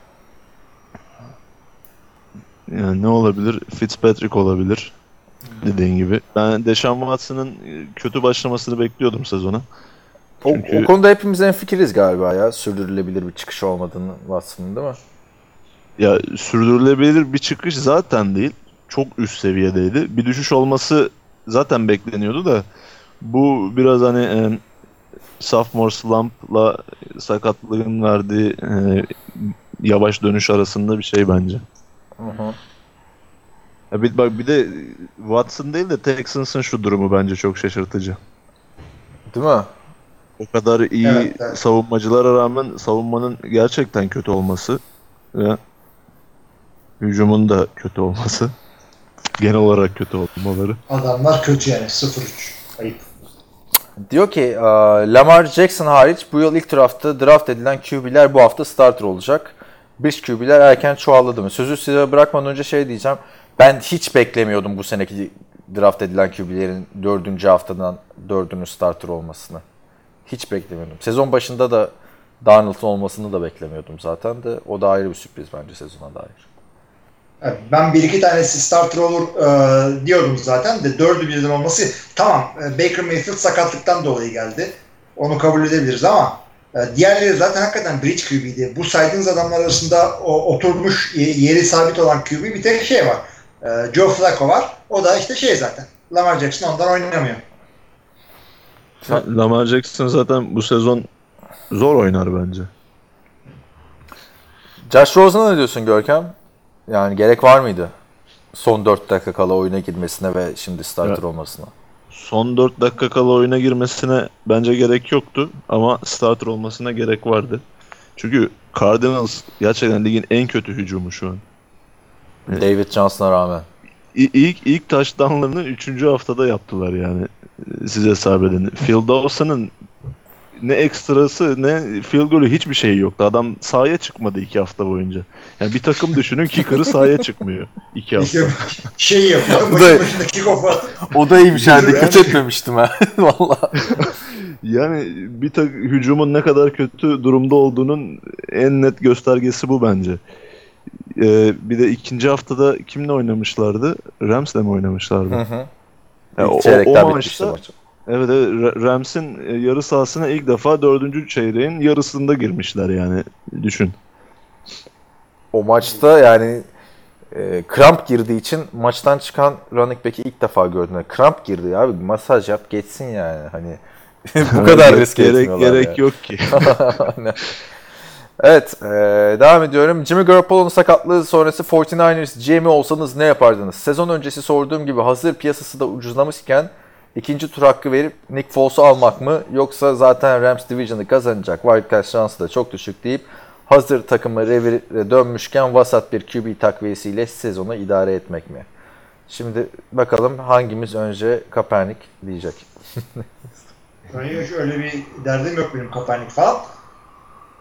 yani ne olabilir? Fitzpatrick olabilir. Dediğin gibi. Ben Deshaun Watson'ın kötü başlamasını bekliyordum sezona. O, Çünkü- o konuda hepimiz hemfikiriz galiba ya. Sürdürülebilir bir çıkış olmadığını Watson'ın, değil mi? Ya sürdürülebilir bir çıkış zaten değil. Çok üst seviyedeydi. Bir düşüş olması zaten bekleniyordu da bu biraz hani e, sophomore slump'la sakatlığın verdiği e, yavaş dönüş arasında bir şey bence. Hı hı. Ya bir, bak bir de Watson değil de Texans'ın şu durumu bence çok şaşırtıcı. Değil mi? O kadar iyi Evet, evet. savunmacılara rağmen savunmanın gerçekten kötü olması ve hücumun da kötü olması. Genel olarak kötü olmaları. Adamlar kötü yani. sıfır üç. Ayıp. Diyor ki e, Lamar Jackson hariç bu yıl ilk draftta draft edilen Q B'ler bu hafta starter olacak. Bridge Q B'ler erken çoğaldı mı? Sözü size bırakmadan önce şey diyeceğim. Ben hiç beklemiyordum bu seneki draft edilen Q B'lerin dördüncü haftadan dördünün starter olmasını. Hiç beklemiyordum. Sezon başında da Darnold'un olmasını da beklemiyordum zaten de. O da ayrı bir sürpriz bence sezona dair. Evet, ben bir iki tanesi starter olur e, diyordum zaten de dördü birden olması tamam. e, Baker Mayfield sakatlıktan dolayı geldi. Onu kabul edebiliriz ama e, diğerleri zaten hakikaten bridge Q B'ydi. Bu saydığınız adamlar arasında o, oturmuş ye- yeri sabit olan Q B bir tek şey var. E, Joe Flacco var. O da işte şey zaten. Lamar Jackson ondan oynamıyor. Lamar Jackson zaten bu sezon zor oynar bence. Josh Rosen'a ne diyorsun Görkem? Yani gerek var mıydı? Son dört dakika kala oyuna girmesine ve şimdi starter Ya. olmasına. Son dört dakika kala oyuna girmesine bence gerek yoktu ama starter olmasına gerek vardı. Çünkü Cardinals gerçekten ligin en kötü hücumu şu an. David Johnson'a rağmen. İ- İlk ilk touchdown'larını üçüncü haftada yaptılar yani. Size hesap edin. Phil Dawson'ın ne ekstrası ne field golü hiçbir şey yoktu. Adam sahaya çıkmadı iki hafta boyunca. Yani bir takım düşünün kicker'ı sahaya çıkmıyor iki hafta. İşte şey yapıyor. Bu Maçın da- başında kick-off at. O da iyiymiş yani, Yani- dikkat etmemiştim ha. Valla. Yani bir tak hücumun ne kadar kötü durumda olduğunun en net göstergesi bu bence. Ee, bir de ikinci haftada kimle oynamışlardı? Rams'le mi oynamışlardı? Hı hı. Yani o, İlk çeyrekler o bitmişti maçta maç. evet, evet Ra- Rams'in e, yarı sahasına ilk defa dördüncü çeyreğin yarısında girmişler yani düşün. O maçta yani e, kramp girdiği için maçtan çıkan running back'i ilk defa gördüm. Yani kramp girdi ya abi, masaj yap geçsin yani. Hani bu kadar risk gerek, etmiyorlar gerek yani. yok ki. Aynen. Evet, e, devam ediyorum. Jimmy Garoppolo'nun sakatlığı sonrası kırk dokuz ers G M olsanız ne yapardınız? Sezon öncesi sorduğum gibi hazır piyasası da ucuzlamışken ikinci tur hakkı verip Nick Foles'u almak mı? Yoksa zaten Rams Division'ı kazanacak, wildcard şansı da çok düşük deyip hazır takımı revire dönmüşken vasat bir Q B takviyesiyle sezonu idare etmek mi? Şimdi bakalım hangimiz önce Kaepernick diyecek. Öyle, öyle bir derdim yok benim Kaepernick falan.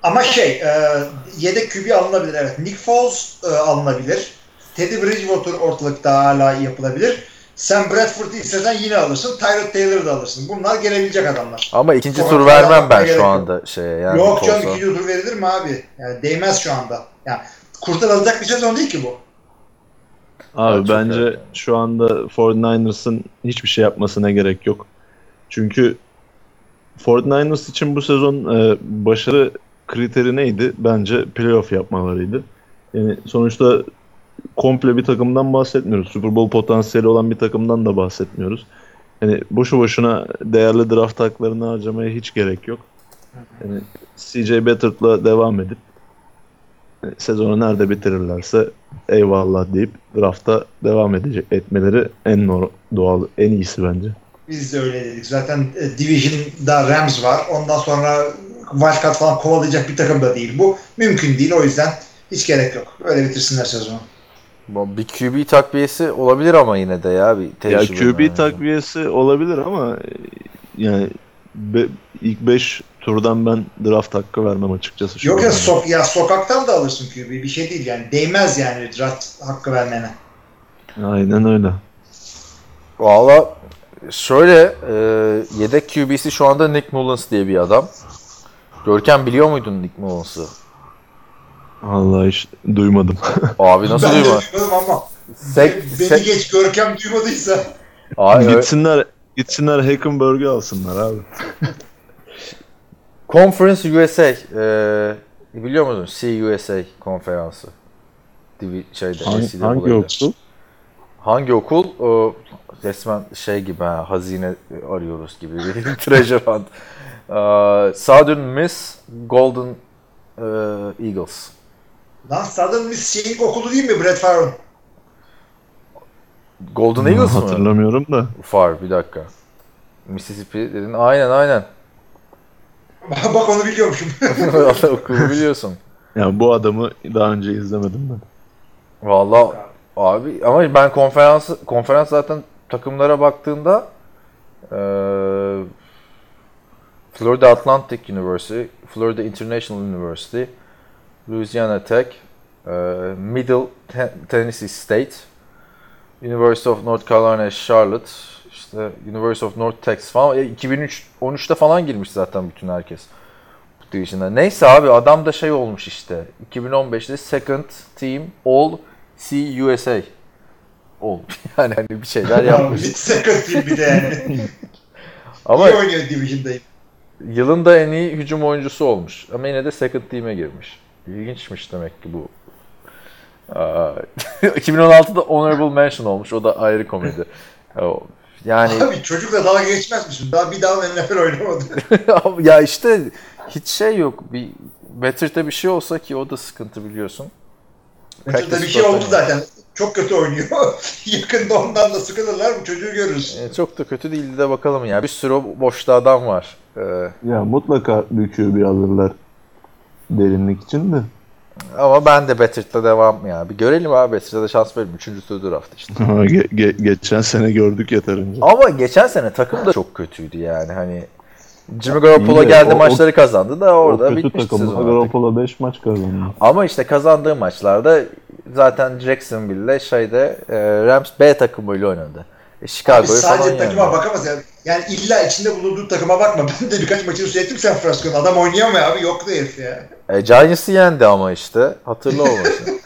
Ama şey e, yedek Q B alınabilir evet. Nick Foles e, alınabilir. Teddy Bridgewater ortalıkta hala yapılabilir. Sen Bradford'u istesen yine alırsın. Tyrod Taylor'ı da alırsın. Bunlar gelebilecek adamlar. Ama ikinci Sonra tur vermem ben gerek şu yok. anda şeye yani. Yok canım Tulsa. ikinci tur verilir mi abi? Yani değmez şu anda. Yani kurtarılacak bir sezon değil ki bu. Abi Evet, çok bence evet. şu anda kırk dokuz ers'ın hiçbir şey yapmasına gerek yok. Çünkü kırk dokuz ers için bu sezon e, başarı kriteri neydi? Bence playoff yapmalarıydı. Yani sonuçta komple bir takımdan bahsetmiyoruz. Super Bowl potansiyeli olan bir takımdan da bahsetmiyoruz. Yani boşu boşuna değerli draft haklarını harcamaya hiç gerek yok. Yani C J Beathard'la devam edip e, sezonu nerede bitirirlerse eyvallah deyip drafta devam edecek etmeleri en nor- doğal, en iyisi bence. Biz de öyle dedik. Zaten e, Division'da Rams var. Ondan sonra wildcard falan kovalayacak bir takım da değil bu. Mümkün değil. O yüzden hiç gerek yok. Öyle bitirsinler sezonu. Bu bir Q B takviyesi olabilir ama yine de ya bir Ya tecrübe. Q B yani. takviyesi olabilir ama e, yani be- ilk beş turdan ben draft hakkı vermem açıkçası. şu Yok ya, anda. sok ya sokaktan da alırsın Q B. Bir şey değil yani. Değmez yani draft hakkı vermene. Aynen öyle. Valla şöyle e, yedek Q B'si şu anda Nick Mullins diye bir adam. Görkem biliyor muydun Nick Mullins'ı? Vallahi hiç duymadım. Abi nasıl ben duyma? de duymadım ama Sek, beni sek, geç Görkem duymadıysa. Abi, gitsinler gitsinler Hackenberg'ü alsınlar abi. Conference U S A. E, biliyor musun? C U S A konferansı. Divi, şeyde, Hangi, N C A A'de. hangi okul? Hangi okul? O, resmen şey gibi ha, hazine arıyoruz gibi bir treasure hunt. Uh, Southern Miss Golden uh, Eagles. Lan Southern Miss şeyin okulu değil mi Brett Favre'ın? Golden Eagles mı? Hatırlamıyorum da. Far bir dakika. Mississippi dedin. Aynen aynen. Bak onu biliyormuşum. Okulu biliyorsun. Ya bu adamı daha önce izlemedim ben. Vallahi abi ama ben konferans konferans zaten takımlara baktığımda eee Florida Atlantic University, Florida International University, Louisiana Tech, eee, Middle Ten- Tennessee State, University of North Carolina Charlotte, işte University of North Texas falan. E, iki bin üç on üçte falan girmiş zaten bütün herkes bu division'a. Neyse abi adam da şey olmuş işte. iki bin on beşte second team All C U S A olmuş. Yani hani bir şeyler yapmış. Bir second team bir de yani. Ama İyi oynuyor Division'dayım. yılın da en iyi hücum oyuncusu olmuş. Ama yine de second team'e girmiş. İlginçmiş demek ki bu. Aa, iki bin on altıda honorable mention olmuş. O da ayrı komedi. O- Yani Abi çocukla dalga geçmez misin? Daha bir daha N F L oynamadı. ya işte hiç şey yok. Bir Better'de bir şey olsa ki o da sıkıntı biliyorsun. Mesela bir şey oldu zaten. Çok kötü oynuyor. Yakında ondan da sıkılırlar. Bu çocuğu görürüz. E, çok da kötü değildi de bakalım ya. Bir sürü boşta adam var. Ee, Ya mutlaka bir Q B alırlar derinlik için de. ama ben de Better'da devam ya. Bir görelim abi Better'da da şans verelim. Üçüncü tur draft işte. Ge- ge- geçen sene gördük yeterince. Ama geçen sene takım da çok kötüydü yani. Hani Jimmy Garoppolo İyi de geldi o- maçları kazandı da orada o kötü bitmişti takımda sezon artık. Garoppolo beş maç kazandı. Ama işte kazandığı maçlarda zaten Jacksonville'le şeyde e, Rams B takımıyla oynadı. E, Abi Chicago'yu falan sadece takıma yendi. bakamaz ya. Yani illa içinde bulunduğu takıma bakma. Ben de birkaç maçını seyrettim San Francisco'nun. Adam oynayamıyor abi. Yoktu herif ya. E, Giants'ı yendi ama işte. Hatırla olmasın.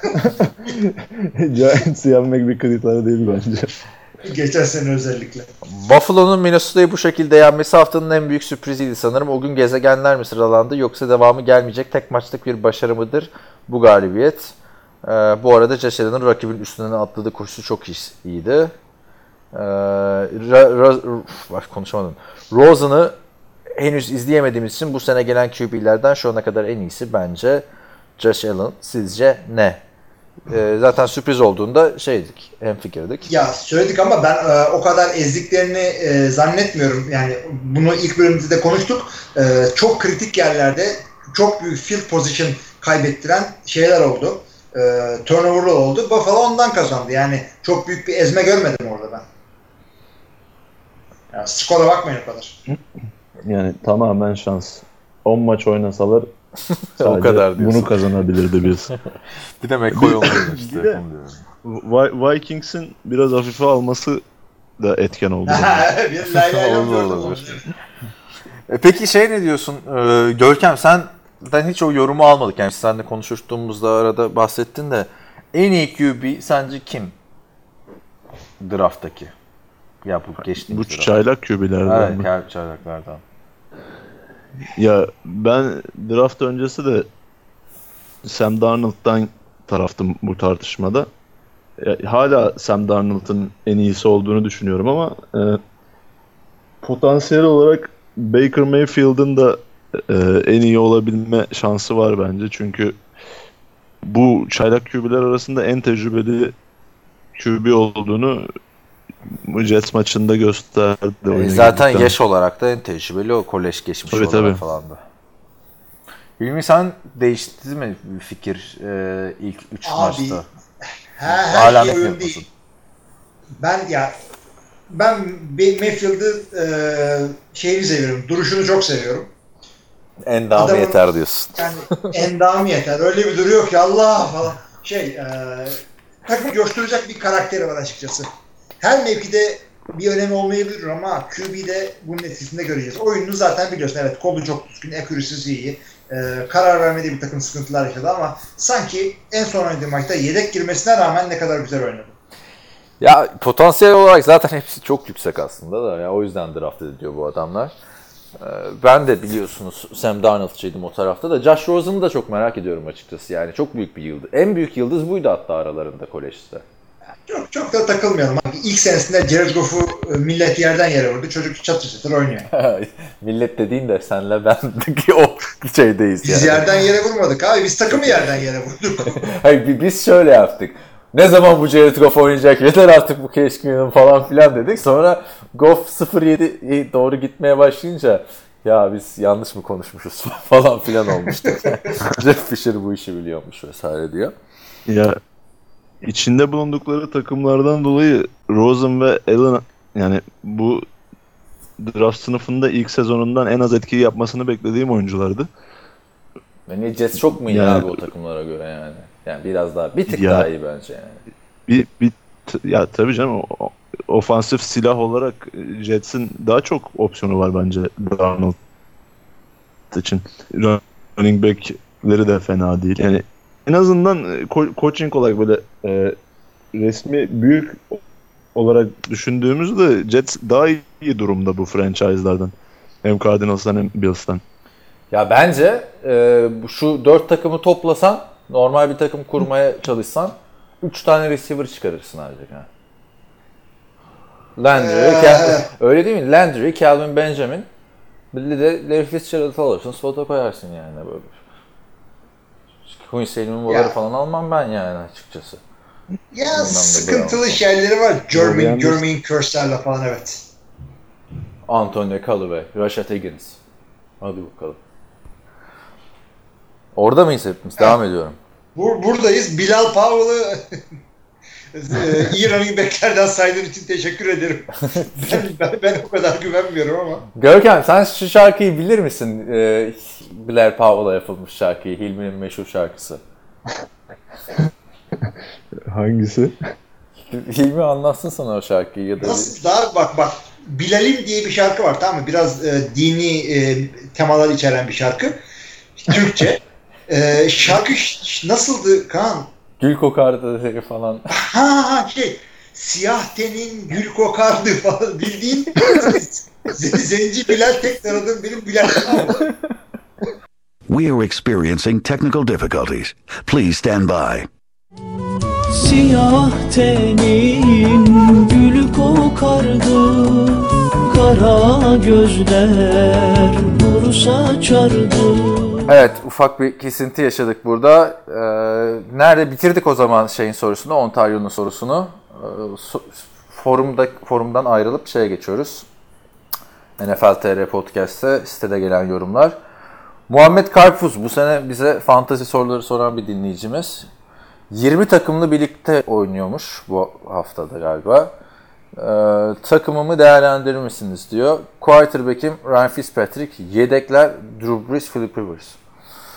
Giants yenmek bir kriter değil bence. Geçen sene özellikle. Buffalo'nun Minnesota'yı bu şekilde yenmesi haftanın en büyük sürpriziydi sanırım. O gün gezegenler mi sıralandı yoksa devamı gelmeyecek tek maçlık bir başarı mıdır bu galibiyet? Ee, bu arada Josh Allen'ın rakibin üstüne atladığı koşusu çok iyi- iyiydi. Ee, ra, ra, uf, konuşamadım. Rosen'ı henüz izleyemediğimiz için bu sene gelen Q B'lerden şu ana kadar en iyisi bence Josh Allen. Sizce ne? Ee, zaten sürpriz olduğunda şeydik, hemfikirdik. Ya söyledik ama ben e, o kadar ezdiklerini e, zannetmiyorum. Yani bunu ilk bölümde de konuştuk. E, çok kritik yerlerde çok büyük field position kaybettiren şeyler oldu. E, turnover'lar oldu. Buffalo ondan kazandı. Yani çok büyük bir ezme görmedim orada ben. Yani skora bakmayın o kadar. Yani tamamen şans. on maç oynasalar Sadece kadar diyorsun. bunu kazanabilirdi biz. Bir de McCoy olmuyor işte. Bir de- Vi- Vikings'in biraz hafife alması da etken oldu. bir lay lay lom Olur, gördüm olur. orada. E peki şey ne diyorsun? Ee, Görkem senden hiç o yorumu almadık. Yani biz seninle konuştuğumuzda arada bahsettin de en iyi Q B sence kim? Draft'taki. Ya bu geçtiğimiz Bu draft. çaylak Q B'lerden Evet, mi? Kel çaylaklardan. Ya ben draft öncesi de Sam Darnold'dan taraftım bu tartışmada. Ya, hala Sam Darnold'un en iyisi olduğunu düşünüyorum ama e, potansiyel olarak Baker Mayfield'ın da e, en iyi olabilme şansı var bence. Çünkü bu çaylak Q B'ler arasında en tecrübeli Q B olduğunu bu Jets maçında gösterdi. E, oyuna zaten girdikten. yaş olarak da en tecrübeli o kolej geçmiş Tabii, olarak tabii. falan da. Hilmi sen değişti mi bir fikir e, ilk üç Abi, maçta? Her, Hala her şey Mayfield oyun değil. musun? Ben ya ben Be- Mayfield'ı e, şeyini seviyorum. Duruşunu çok seviyorum. Endamı Adamın- yeter diyorsun. Yani endamı yeter. Öyle bir duruyor ki Allah falan. Şey e, takım coşturacak bir karakteri var açıkçası. Her mevkide bir önemi olmayabilir ama Q B'de bunun etkisini de göreceğiz. Oyununu zaten biliyorsun. Evet, kolu çok düzgün, accuracy'si iyi. E, karar vermediği bir takım sıkıntılar yaşadı ama sanki en son oynadığı maçta yedek girmesine rağmen ne kadar güzel oynadı. Ya potansiyel olarak zaten hepsi çok yüksek aslında da ya o yüzden draft ediliyor bu adamlar. Ee, ben de biliyorsunuz Sam Darnold'çıydım o tarafta da Josh Rosen'ı da çok merak ediyorum açıkçası yani çok büyük bir yıldız. En büyük yıldız buydu hatta aralarında kolejde. Çok çok da takılmayalım. İlk senesinde Jared Goff'u e, millet yerden yere vurdu. Çocuk çatır çatır oynuyor. Millet dediğin de senle bendeki o şeydeyiz Biz yani. yerden yere vurmadık abi. Biz takımı yerden yere vurduk. Hayır bi- biz şöyle yaptık. Ne zaman bu Jared Goff oynayacak yeter artık bu Case Keenum falan filan dedik. Sonra Goff sıfır yediye doğru gitmeye başlayınca ya biz yanlış mı konuşmuşuz falan filan olmuştuk. Jeff Fisher bu işi biliyormuş vesaire diyor. Ya içinde bulundukları takımlardan dolayı Rosen ve Allen yani bu draft sınıfında ilk sezonundan en az etkiyi yapmasını beklediğim oyunculardı. Yani Jets çok mu iyi Yani- abi o takımlara göre yani? Yani biraz daha bir tık Ya- daha iyi bence yani. Bir, bir t- ya tabii canım o- o- ofansif silah olarak Jets'in daha çok opsiyonu var bence Darnold için. Running back'leri de fena değil. Yani en azından ko- coaching olarak böyle e, resmi büyük olarak düşündüğümüzde Jets daha iyi durumda bu franchise'lardan. Hem Cardinals'tan hem Bills'tan. Ya bence e, bu- şu dört takımı toplasan, normal bir takım kurmaya çalışsan üç tane receiver çıkarırsın ancak ha. Landry, Ee. Cal- öyle değil mi? Landry, Calvin Benjamin, bir de Larry Fitzgerald'ı alırsın, slot'a koyarsın yani böyle. Quinn Seymour'ları Ya. falan almam ben yani açıkçası. Ya Bundan da sıkıntılı bravo. şeyleri var. Jermaine, Yalnız- Jermaine Kersler'la falan evet. Antonio Callaway, Rashad Higgins. Hadi bakalım. Orada mıyız hepimiz? Devam ediyorum. Bur- buradayız. Bilal Powell'ı e, iyi running back'lerden saydığın için teşekkür ederim. ben, ben, ben o kadar güvenmiyorum ama. Görkem sen şu şarkıyı bilir misin? Ee, Blair Powell'a yapılmış şarkıyı. Hilmi'nin meşhur şarkısı. Hangisi? Hilmi anlatsın sana o şarkıyı ya da bir- Nasıl daha bak bak Bilal'im diye bir şarkı var, tamam mı? Biraz e, dini e, temalar içeren bir şarkı. Türkçe. E, şarkı ş- nasıldı Kaan? Gül kokardı falan. Ha ha şey siyah tenin gül kokardı falan bildiğin Z- Zenci Bilal tek tanıdığım benim Bilal. We are experiencing technical difficulties. Please stand by. Siyah tenin gül kokardı, kara gözler nur saçardı. Evet, ufak bir kesinti yaşadık burada. Ee, nerede bitirdik o zaman şeyin sorusunu, Ontario'nun sorusunu. Ee, so- forumda forumdan ayrılıp şeye geçiyoruz. N F L T R Podcast'te sitede gelen yorumlar. Muhammed Karpuz bu sene bize fantasy soruları soran bir dinleyicimiz. yirmi takımlı birlikte oynuyormuş bu haftada galiba. Ee, takımımı değerlendirir misiniz diyor. Quarterback'im Ryan Fitzpatrick, yedekler Drew Brees, Philip Rivers.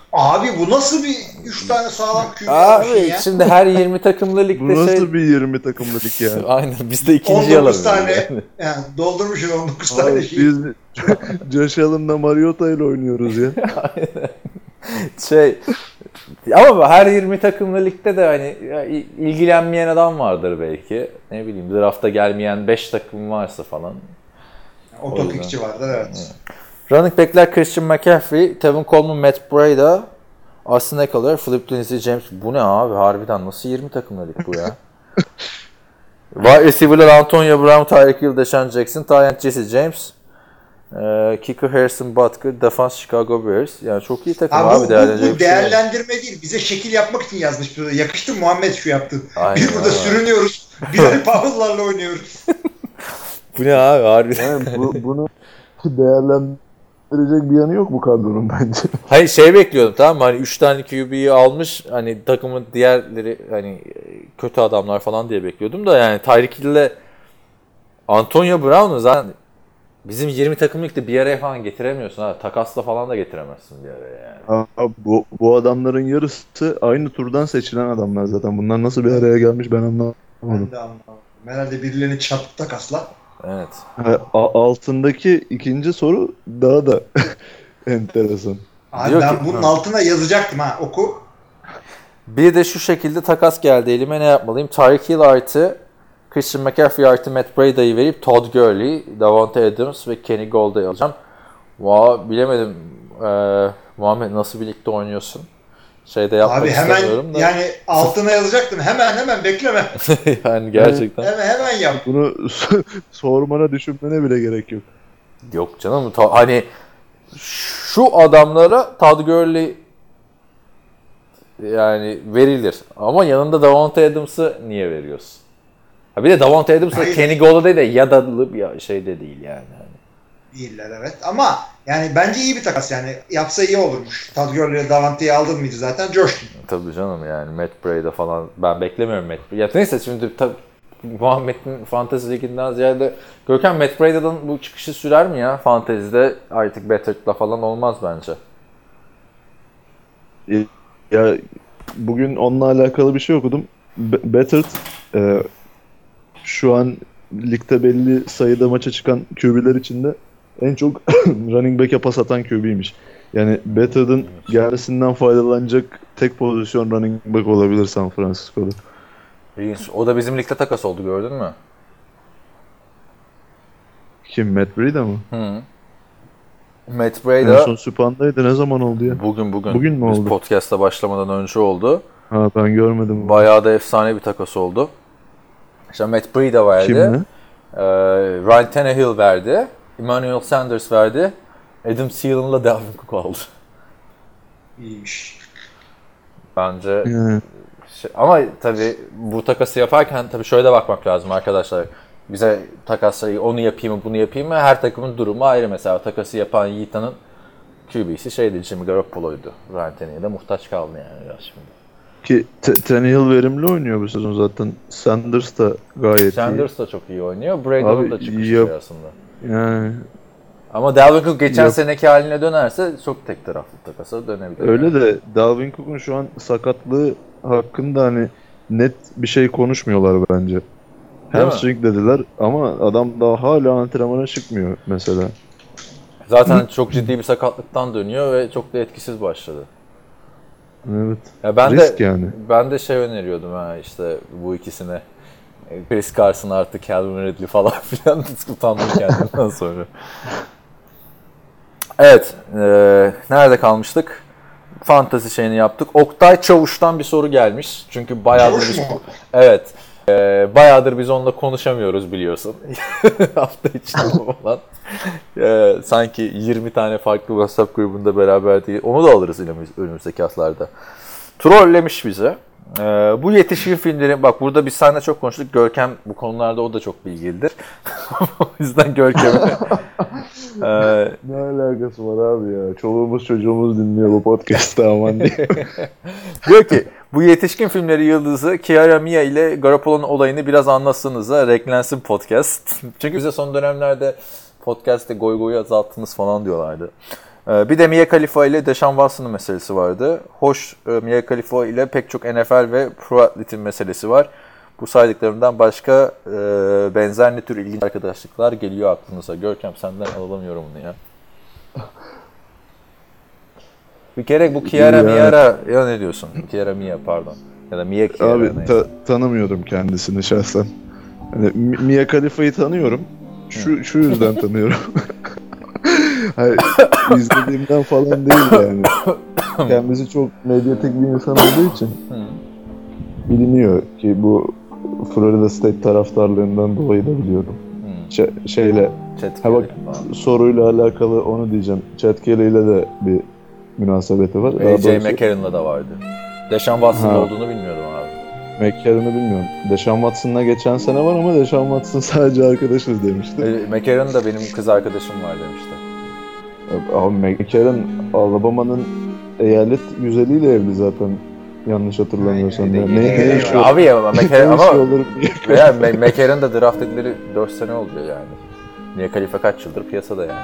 Abi bu nasıl bir üç tane sağlam Q B Abi ya? şimdi her yirmi takımlı Bu ligde nasıl şey... bir yirmi takımlı lig yani? Aynen biz de ikinci on dokuz alamıyoruz. tane Yani. yani doldurmuşsun on dokuz tane Abi şey. biz Josh Allen'la Mariota ile oynuyoruz ya. Şey ama her yirmi takımlı ligde de hani ya, ilgilenmeyen adam vardır belki. Ne bileyim drafta gelmeyen beş takım varsa falan. O topikçi vardır evet. Running back'ler Christian McCaffrey, Tevin Coleman, Matt Breida, Austin Eckler, Philip Lindsay, James. Bu ne abi? Harbiden nasıl yirmi takımlı lig bu ya? Wide receiver'lar Antonio Brown, Tyreek Hill, Deshaun Jackson, tight end Jesse James, e, kicker Harrison Butker, defense Chicago Bears. Yani çok iyi takım Abi, abi. bu, bu, değerlenecek bu bir şey yok. değerlendirme değil. Bize şekil yapmak için yazmış. Burada. Yakıştı mı Muhammed şu yaptın? Aynen, Biz burada aynen. sürünüyoruz. Bilal Powell'larla oynuyoruz. Bu ne abi? Harbiden. Yani bu, bunu değerlendirecek bir yanı yok bu kadronun bence. Hayır şey bekliyordum tamam mı? Hani üç tane Q B'yi almış hani takımın diğerleri hani kötü adamlar falan diye bekliyordum da yani Tyreek Hill'le Antonio Brown'u zaten bizim yirmi takımlıkta bir araya falan getiremiyorsun ha. Takasla falan da getiremezsin bir araya yani. Abi, bu, bu adamların yarısı aynı turdan seçilen adamlar zaten. Bunlar nasıl bir araya gelmiş ben anlamadım. Ben de anlamadım. Herhalde birilerini çarpıp takasla. Evet. Ha, a- altındaki ikinci soru daha da enteresan. Abi Diyor ben ki- bunun ha. altına yazacaktım ha oku. Bir de şu şekilde takas geldi elime ne yapmalıyım? Tyreek Hill artı Christian McCaffrey artı Matt Brada'yı verip Todd Gurley, Davante Adams ve Kenny Gollay'ı alacağım. Valla bilemedim. Ee, Muhammed nasıl bir ligde oynuyorsun? Şeyde yapmak Abi hemen istemiyorum da. yani altına yazacaktım. Hemen hemen bekleme. yani gerçekten. Hemen hemen yap. Bunu sormana düşünmene bile gerek yok. Yok canım. Ta- hani şu adamlara Todd Gurley yani verilir. Ama yanında Davante Adams'ı niye veriyorsun? Ha bir de Davante Adams'ı Hayır. Kenny Golladay da yadalı bir şey de değil yani. Değiller evet. Ama yani bence iyi bir takas yani. Yapsa iyi olurmuş. Todd Gurley'le Davante'yi aldın mıydı zaten? Coştun. Tabii canım yani Matt Breda falan ben beklemiyorum Matt Breda. Ya neyse şimdi tabii Muhammed'in Fantasy Ligi'nden ziyade Görkem Matt Breda'dan bu çıkışı sürer mi ya? Fantasy'de artık Better'la falan olmaz bence. Ya bugün onunla alakalı bir şey okudum. Be- Bettert e, şu an ligde belli sayıda maça çıkan Q B'ler içinde en çok running back'e pas atan Q B'ymiş. Yani Bettert'ın gerisinden faydalanacak tek pozisyon running back olabilir San Francisco'da. İlginç. O da bizim ligde takas oldu gördün mü? Kim? Matt Breida mı? Hı. Matt En Breda son Süphan'daydı. Ne zaman oldu ya? bugün bugün. Bugün mü Biz oldu? podcast'a başlamadan önce oldu. Ha ben görmedim. Bayağı da efsane bir takas oldu. İşte Matt Breda verdi. Kim ne? Ee, Ryan Tannehill verdi. Emmanuel Sanders verdi. Adam Thielen'la Dalvin Cook aldı. İyiymiş. Bence Yani, şey, ama tabii bu takası yaparken tabii şöyle de bakmak lazım arkadaşlar. Bize takasları onu yapayım mı bunu yapayım mı? Her takımın durumu ayrı mesela. Takası yapan Yiğita'nın Q B'si şeydi Jimmy Garoppolo'ydu. Ryan Tannehill'e muhtaç kaldı yani biraz şimdi. ki T- Tannehill verimli oynuyor bu sezon zaten. Sanders da gayet Sanders da çok iyi oynuyor. Brada'nın Abi, da çıkışı yap- aslında. iyi. Yani Ama Dalvin Cook geçen Yap- seneki haline dönerse çok tek taraflı takasa dönebilir. öyle yani. de Dalvin Cook'un şu an sakatlığı hakkında hani net bir şey konuşmuyorlar bence. mi? Hamstring dediler ama adam daha hala antrenmana çıkmıyor mesela. Zaten çok ciddi bir sakatlıktan dönüyor ve çok da etkisiz başladı. Evet. Ya ben Risk de yani. ben de şey öneriyordum ha işte bu ikisine. E, Chris Carson artık Calvin Ridley falan filan utandım kendimden sonra. Evet, e, nerede kalmıştık? Fantasy şeyini yaptık. Oktay Çavuş'tan bir soru gelmiş. Çünkü bayağıdır Çavuş biz mu? Evet. E, bayağıdır biz onunla konuşamıyoruz biliyorsun. Hafta içinde falan. E, sanki yirmi tane farklı WhatsApp grubunda beraber değil. Onu da alırız önümüzdeki haftalarda. Trollemiş bize. Ee, bu yetişkin filmleri, bak burada biz seninle çok konuştuk. Görkem bu konularda o da çok bilgilidir. O yüzden Görkem'e... ee, Ne alakası var abi ya? Çoluğumuz çocuğumuz dinliyor bu podcast'ta aman diye. diyor ki, bu yetişkin filmleri yıldızı Kiara Mia ile Garoppolo'nun olayını biraz anlatsanıza, renklensin podcast. Çünkü bize son dönemlerde podcast'te goy goyu azalttınız falan diyorlardı. Ee, bir de Mia Khalifa ile Deshaun Watson'ın meselesi vardı. Hoş, e, Mia Khalifa ile pek çok N F L ve pro atletin meselesi var. Bu saydıklarımdan başka e, benzer ne tür ilginç arkadaşlıklar geliyor aklınıza? Görkem, senden alalım yorumunu ya. Bir kere bu Kiara Miara, ya ne diyorsun? Kiara Mia pardon. Ya da Mia Kiara. Abi ta- tanımıyorum kendisini şahsen. Yani Mia Khalifa'yı tanıyorum. Şu şu yüzden tanıyorum. Hayır, izlediğimden falan değil yani. Kendisi çok medyatik bir insan olduğu için biliniyor ki bu Florida State taraftarlığından dolayı da biliyorum. Ş- şeyle ha bak, soruyla alakalı onu diyeceğim. Chad Kelly ile de bir münasebeti var. A J McCarron'la da vardı. Deshaun Watson olduğunu bilmiyordum abi. McCarron'ı bilmiyorum. Deshaun Watson'la geçen sene var ama Deshaun Watson sadece arkadaşız demişti. E, McCarron da benim kız arkadaşım var demişti. Abi McCarron Alabama'nın eyalet güzeliyle evli zaten. Yanlış hatırlamıyorsam. Ne, ne, ne iş Abi ya McCarron ama olur, veya McCarron da draft edileri dört sene oluyor yani. Mia Khalifa kaç yıldır piyasada yani.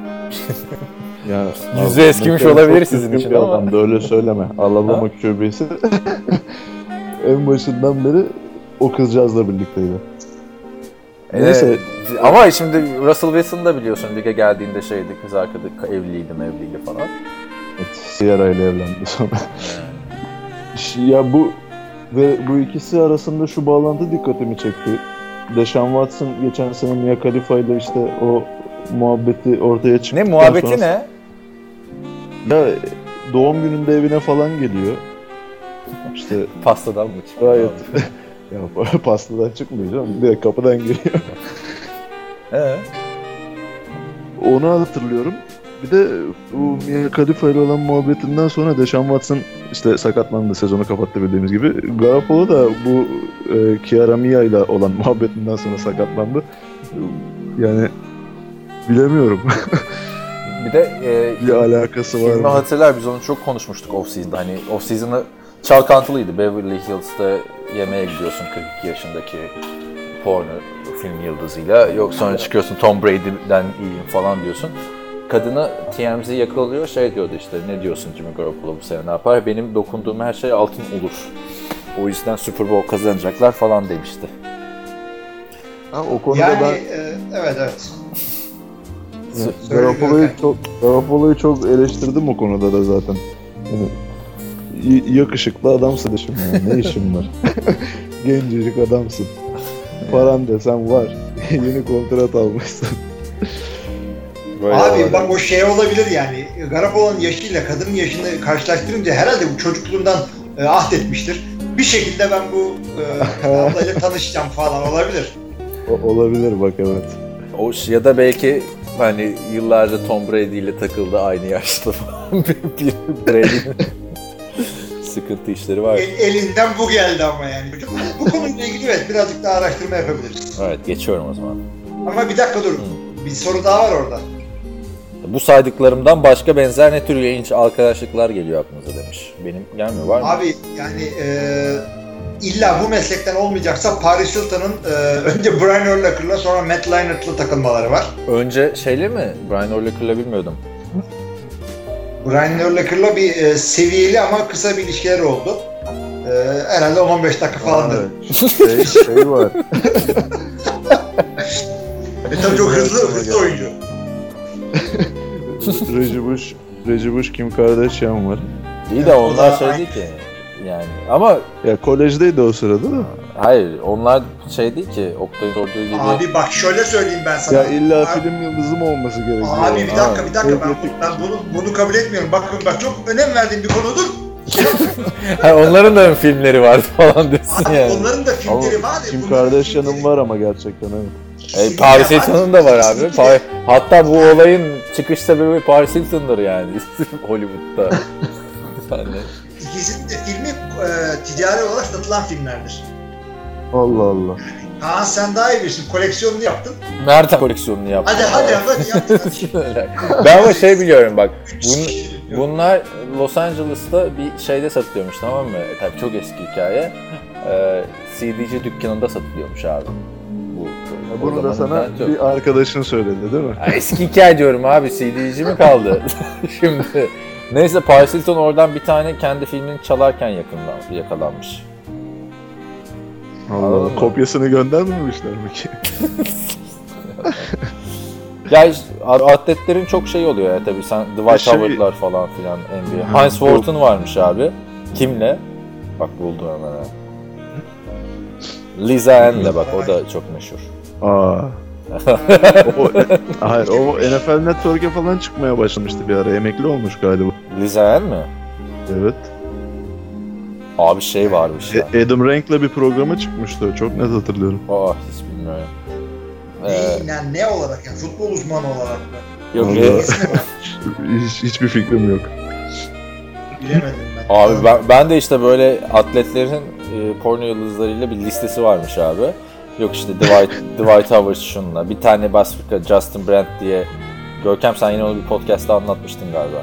yani Yüzü eskimiş olabilir sizin için ama. Adam da öyle söyleme. Alabama Q B'si en başından beri o kızcağızla birlikteydi. Neyse. Ee, ama şimdi Russell Wilson da biliyorsun lige geldiğinde şeydi, kız arkadaşı evliydi mevliydi falan. Evet, Sierra ile evlendi sonra. Ya bu ve bu ikisi arasında şu bağlantı dikkatimi çekti. Deshaun Watson geçen sene Mia Khalifa ile işte o muhabbeti ortaya çıktı. Ne muhabbeti ne? Ya doğum gününde evine falan geliyor. İşte pastadan mı çıkıyor? Gayet. Ya pastadan çıkmıyor canım. Direkt kapıdan geliyor. Ee? Onu hatırlıyorum. Bir de bu Mia Khalifa ile olan muhabbetinden sonra Deshaun Watson işte sakatlandı, sezonu kapattı bildiğimiz gibi. Garoppolo da bu e, Kiara Mia ile olan muhabbetinden sonra sakatlandı. Yani bilemiyorum. Bir de e, bir alakası var mı? Hatırlar, biz onu çok konuşmuştuk off-season'da. Hani off-season'ı çalkantılıydı. Beverly Hills'ta yemeğe gidiyorsun kırk iki yaşındaki porno film yıldızıyla. Yok sonra çıkıyorsun Tom Brady'den iyiyim falan diyorsun. Kadını T M Z yakalıyor, şey diyordu işte, ne diyorsun Jimmy Garoppolo bu sene ne yapar? Benim dokunduğum her şey altın olur. O yüzden Super Bowl kazanacaklar falan demişti. Ha, o konuda yani, ben... E, evet evet. Garoppolo'yu çok, Garoppolo'yu çok eleştirdim o konuda da zaten. Yani, y- yakışıklı adamsın dedim yani. Ne işin var? Gencecik adamsın. Paran desen var. Yeni kontrat almışsın. Böyle abi var. Bak o şey olabilir yani. Garoppolo'nun yaşıyla kadının yaşını karşılaştırınca herhalde bu çocukluğundan e, ahdetmiştir. Bir şekilde ben bu e, ablayla tanışacağım falan olabilir. O, olabilir bak, evet. O ya da belki hani yıllarca Tom Brady ile takıldı aynı yaşta falan. bir Brady'nin sıkıntı işleri var. El, elinden bu geldi ama yani. Bu konuyla ilgili evet birazcık daha araştırma yapabiliriz. Evet, geçiyorum o zaman. Ama bir dakika dur. Bir soru daha var orada. Bu saydıklarımdan başka benzer ne tür ilginç arkadaşlıklar geliyor aklınıza demiş. Benim gelmiyor, var mı? Abi yani e, illa bu meslekten olmayacaksa Paris Hilton'ın e, önce Brian Urlacher'la sonra Matt Leinart'la takılmaları var. Önce şeyle mi? Brian Urlacher'la bilmiyordum. Brian Urlacher'la bir e, seviyeli ama kısa bir ilişkileri oldu. E, herhalde on on beş dakika falandır. Şey, şey var. e tabii çok hızlı, hızlı oyuncu. Reggie Bush, Reggie Bush, Kim Kardashian var. İyi de onlar şey değil ki. Yani ama ya kolejdeydi o sırada da. Hayır, onlar şey değil ki, Oktay'ın sorduğu gibi. Abi bak şöyle söyleyeyim ben sana. Ya illa abi, film yıldızı mı olması gerekiyor? Abi bir dakika ha, bir dakika ben, ben bunu bunu kabul etmiyorum. Bak bak çok önem verdiğim bir konudur. Ha, onların da filmleri var falan diyorsun abi, yani. Onların da filmleri ama var. Kim Kardashian'ın var ama gerçekten evet. E, Paris Hilton'un da var abi. Pa- Hatta bu olayın çıkış sebebi Paris Hilton'dır yani Hollywood'da. Yani. İkisinin de filmi e, ticari olarak satılan filmlerdir. Allah Allah. Kaan sen daha iyi bilirsin. Koleksiyonunu yaptın. Nereden koleksiyonunu yaptın? Hadi hadi hadi yaptın. Ben ama şey biliyorum bak. Bun, bunlar Los Angeles'ta bir şeyde satılıyormuş, tamam mı? Tabii çok eski hikaye. Ee, C D'ci dükkanında satılıyormuş abi. Bu Bunu zaman da sana internet yok. bir arkadaşın söyledi değil mi? Ya eski hikaye diyorum abi, C D'ci mi kaldı şimdi? Neyse, Paris Hilton oradan bir tane kendi filmini çalarken yakından yakalanmış. Allah Anladın Allah. mı? Kopyasını göndermemişler mi ki? Ya işte, atletlerin çok şey oluyor ya tabii, sen Dwight Şey- Howard'lar falan filan N B A. Ha, Heinz bu- Wharton varmış abi. Kimle? Bak buldum hemen ha. Lisa Ann'le, bak o da çok meşhur. Aa. o, hayır, o N F L Network'e falan çıkmaya başlamıştı bir ara. Emekli olmuş galiba. Lisa Ann mi? Evet. Abi şey varmış ya. E- Adam Rank'le bir programa çıkmıştı. Çok net hatırlıyorum. Aa, hiç bilmiyorum. Ee, Ne, yani ne olarak yani futbol uzmanı olarak mı? yok Vallahi. e, Hiç, hiçbir fikrim yok. Bilemedim ben. abi ben, ben de işte böyle atletlerin e, porno yıldızlarıyla bir listesi varmış abi. Yok işte Dwight, Dwight Howard şunla. Bir tane Basfika, Justin Brand diye. Görkem, sen yine onu bir podcast'ta anlatmıştın galiba.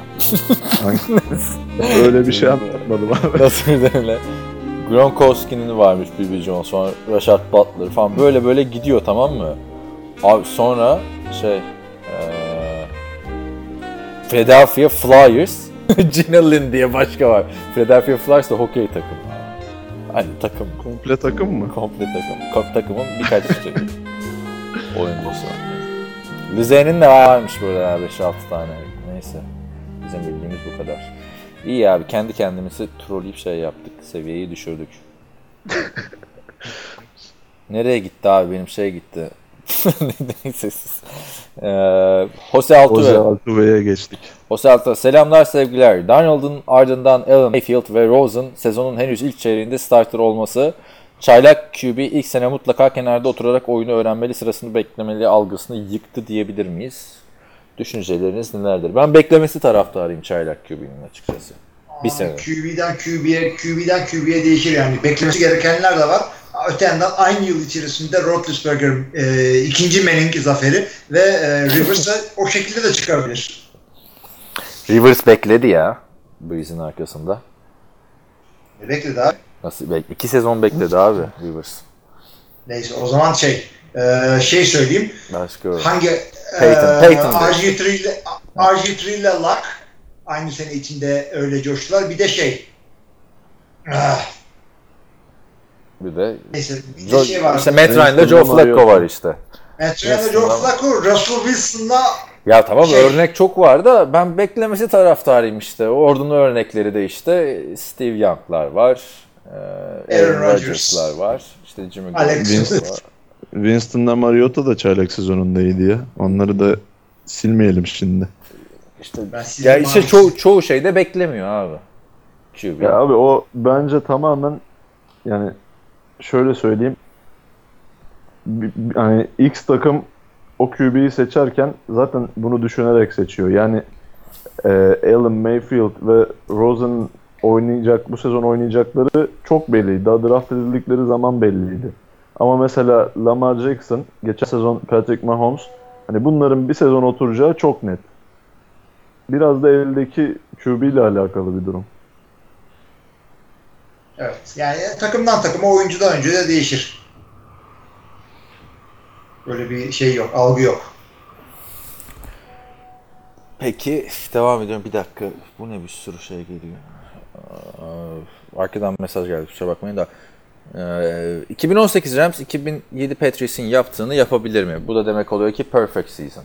Öyle bir şey anlatmadım abi. Nasıl öyle? Gronkowski'nin varmış B B Jones, sonra Rashad Butler falan, böyle böyle gidiyor, tamam mı? Abi sonra şey eee Philadelphia Flyers Gina Lynn diye başka var. Philadelphia Flyers da hokey takımı. Hani takım, Komple takım mı? komple takım. Kop takımın birkaç şey oyuncusu. Lize'nin de varmış böyle beş altı tane. Neyse. Bizim bildiğimiz bu kadar. İyi abi, kendi kendimizi trolleyip şey yaptık. Seviyeyi düşürdük. Nereye gitti abi? Benim şey gitti. Neyse siz. Ee, Jose Altuve. Jose Altuve'ye geçtik. Jose Altuve. Selamlar, sevgiler. Darnold'un ardından Allen, Mayfield ve Rosen sezonun henüz ilk çeyreğinde starter olması, çaylak Q B ilk sene mutlaka kenarda oturarak oyunu öğrenmeli, sırasını beklemeli algısını yıktı diyebilir miyiz? Düşünceleriniz nelerdir? Ben beklemesi taraftarıyım çaylak Q B'nin açıkçası. Bir sene. Q B'den Q B'ye, Q B'den Q B'ye değişir yani. Beklemesi gerekenler de var. Öte yandan aynı yıl içerisinde Roethlisberger e, ikinci Manning zaferi ve e, Rivers'a o şekilde de çıkabilir. Rivers bekledi ya Breeze'in arkasında. E, bekledi abi. Nasıl bek? İki sezon bekledi abi Rivers. Neyse o zaman şey e, şey söyleyeyim. Başka öyle. Hangi Peyton, e, Peyton R G üç ile R G üç ile Luck aynı sene içinde öyle coştular. Bir de şey ah, Bir de neyse bir de Joe, şey var. işte Matt Ryan'la Joe Flacco var işte. Matt Ryan'la Joe Flacco, Russell Wilson'la Ya tamam, Şey- örnek çok var da ben beklemesi taraftarıyım işte. Ordunun örnekleri de işte Steve Young'lar var. e, Aaron Aaron Rodgers. Rodgers'lar var. İşte Jimmy Alex Garoppolo Smith. var. Winston'la Mariota da çaylak sezonunda iyiydi ya. Onları da silmeyelim şimdi. İşte Ben ya sildim işte abi. çoğu çoğu şeyde beklemiyor abi. Q B. Ya abi o bence tamamen, yani şöyle söyleyeyim. Bir- bir- Hani X takım o Q B'yi seçerken zaten bunu düşünerek seçiyor. Yani e, Allen, Mayfield ve Rosen oynayacak, bu sezon oynayacakları çok belliydi. Daha draft edildikleri zaman belliydi. Ama mesela Lamar Jackson, geçen sezon Patrick Mahomes, hani bunların bir sezon oturacağı çok net. Biraz da eldeki Q B ile alakalı bir durum. Evet. Yani takımdan takıma, oyuncudan oyuncuya da değişir. Böyle bir şey yok, algı yok. Peki devam ediyorum, bir dakika. Bu ne, bir sürü şey geliyor. Aa, arkadan mesaj geldi, kusura bakmayın da. Ee, iki bin on sekiz Rams iki bin yedi Patriots'in yaptığını yapabilir mi? Bu da demek oluyor ki perfect season.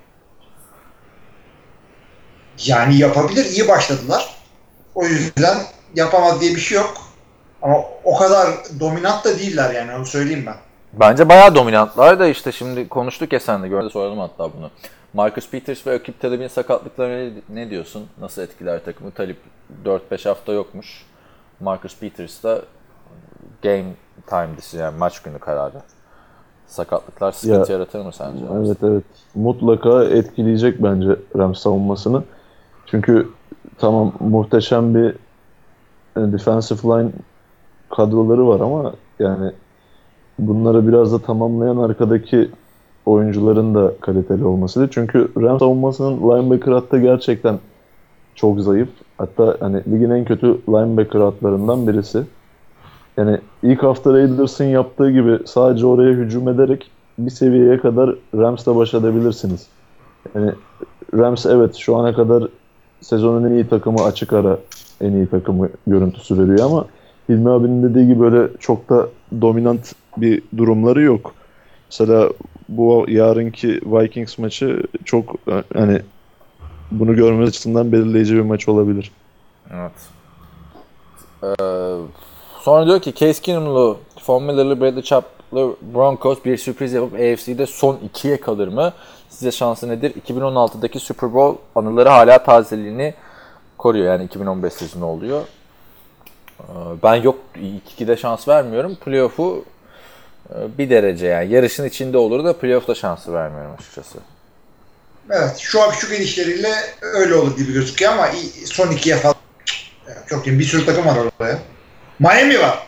Yani yapabilir, iyi başladılar. O yüzden yapamaz diye bir şey yok. Ama o kadar dominant da değiller yani, onu söyleyeyim ben. Bence bayağı dominantlar da işte şimdi konuştuk ya, sen de gördün, soralım hatta bunu. Marcus Peters ve Akip Talib'in sakatlıklarına ne diyorsun? Nasıl etkiler takımı? Talip dört beş hafta yokmuş. Marcus Peters da game time decision, yani maç günü kararı. Sakatlıklar sıkıntı Ya, yaratır mı sence? Evet evet. Mutlaka etkileyecek bence Rams savunmasını. Çünkü tamam, muhteşem bir e, defensive line kadroları var ama yani bunları biraz da tamamlayan arkadaki oyuncuların da kaliteli olması. Çünkü Rams savunmasının linebacker hattı gerçekten çok zayıf. Hatta hani ligin en kötü linebacker hatlarından birisi. Yani ilk hafta Raiders'ın yaptığı gibi sadece oraya hücum ederek bir seviyeye kadar Rams'la baş edebilirsiniz. Yani Rams evet şu ana kadar sezonun en iyi takımı, açık ara en iyi takımı görüntüsü veriyor ama Hilmi abinin dediği gibi böyle çok da dominant bir durumları yok. Mesela bu yarınki Vikings maçı çok hani bunu görmemiz açısından belirleyici bir maç olabilir. Evet. Ee, sonra diyor ki Case Keenum'lu, Von Miller'lı, Bradley Chubb'lı Broncos bir sürpriz yapıp A F C'de son ikiye kalır mı? Size şansı nedir? iki bin on altıdaki Super Bowl anıları hala tazeliğini koruyor. Yani iki bin on beş sezonu oluyor. Ee, ben yok ilk ikide şans vermiyorum. Playoff'u bir derece yani. Yarışın içinde olur da playoff'ta şansı vermiyorum açıkçası. Evet. Şu an şu gelişleriyle öyle olur gibi gözüküyor ama son ikiye falan çok değil. Bir sürü takım var orada ya. Miami var.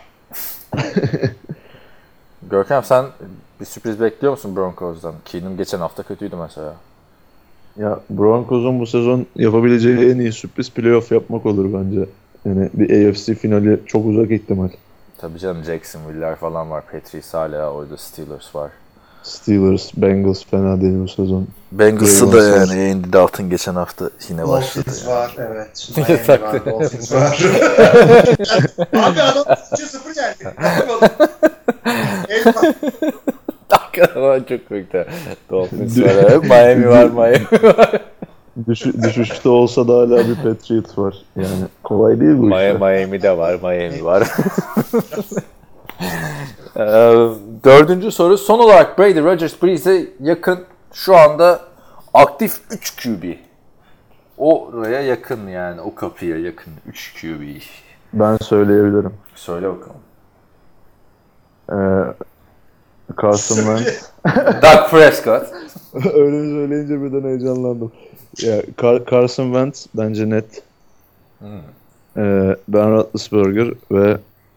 Görkem sen bir sürpriz bekliyor musun Broncos'dan? Keenum geçen hafta kötüydü mesela. Ya Broncos'un bu sezon yapabileceği en iyi sürpriz playoff yapmak olur bence. Yani bir A F C finali çok uzak ihtimal. Tabii canım Jacksonville'ler falan var. Patriots hala orada, Steelers var. Steelers, Bengals fena değil bu sezon. Bengals'ı da yani Andy Dalton geçen hafta yine başladı. Dolphins yani. var, evet. Miami var, Dolphins var. Abi adam üç sıfır geldi. Hakikaten çok büyükte. Dolphins var, evet. Miami var, Miami var. Düşü, düşüşte olsa da hala bir Patriots var. Yani kolay değil bu işler. Miami'de var, Miami var. ee, dördüncü soru. Son olarak Brady, Rodgers, Brees'e yakın şu anda aktif üç Q B. Oraya yakın yani. O kapıya yakın üç Q B. Ben söyleyebilirim. Söyle bakalım. Ee, Carson Wentz. Dak Prescott. Öyle söyleyince birden heyecanlandım. Ya Car- Carson Wentz bence net. Hmm. Ee, Ben Roethlisberger ve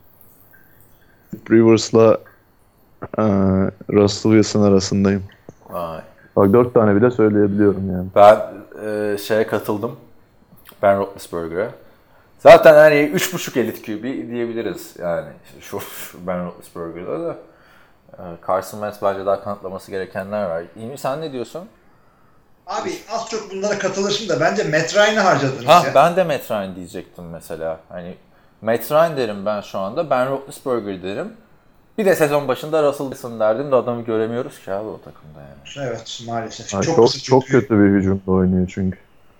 Rivers'la e, Russell Wilson arasındayım. Vay. Bak dört tane bile söyleyebiliyorum yani. Ben e, şeye katıldım. Ben Roethlisberger'e. Zaten hani üç buçuk elit Q B diyebiliriz yani. Şu, şu Ben Roethlisberger'da da. E, Carson Wentz bence daha kanıtlaması gerekenler var. İyi mi? Sen ne diyorsun? Abi az çok bunlara katılırsın da bence Matt Ryan'ı harcadınız Ha, ya. ben de Matt Ryan diyecektim mesela. Hani Matt Ryan derim ben şu anda. Ben Roethlisberger derim. Bir de sezon başında Russell Wilson derdim de adamı göremiyoruz ki abi o takımda yani. Evet maalesef. Ha, çok çok kısa, çok kötü bir hücumda oynuyor çünkü.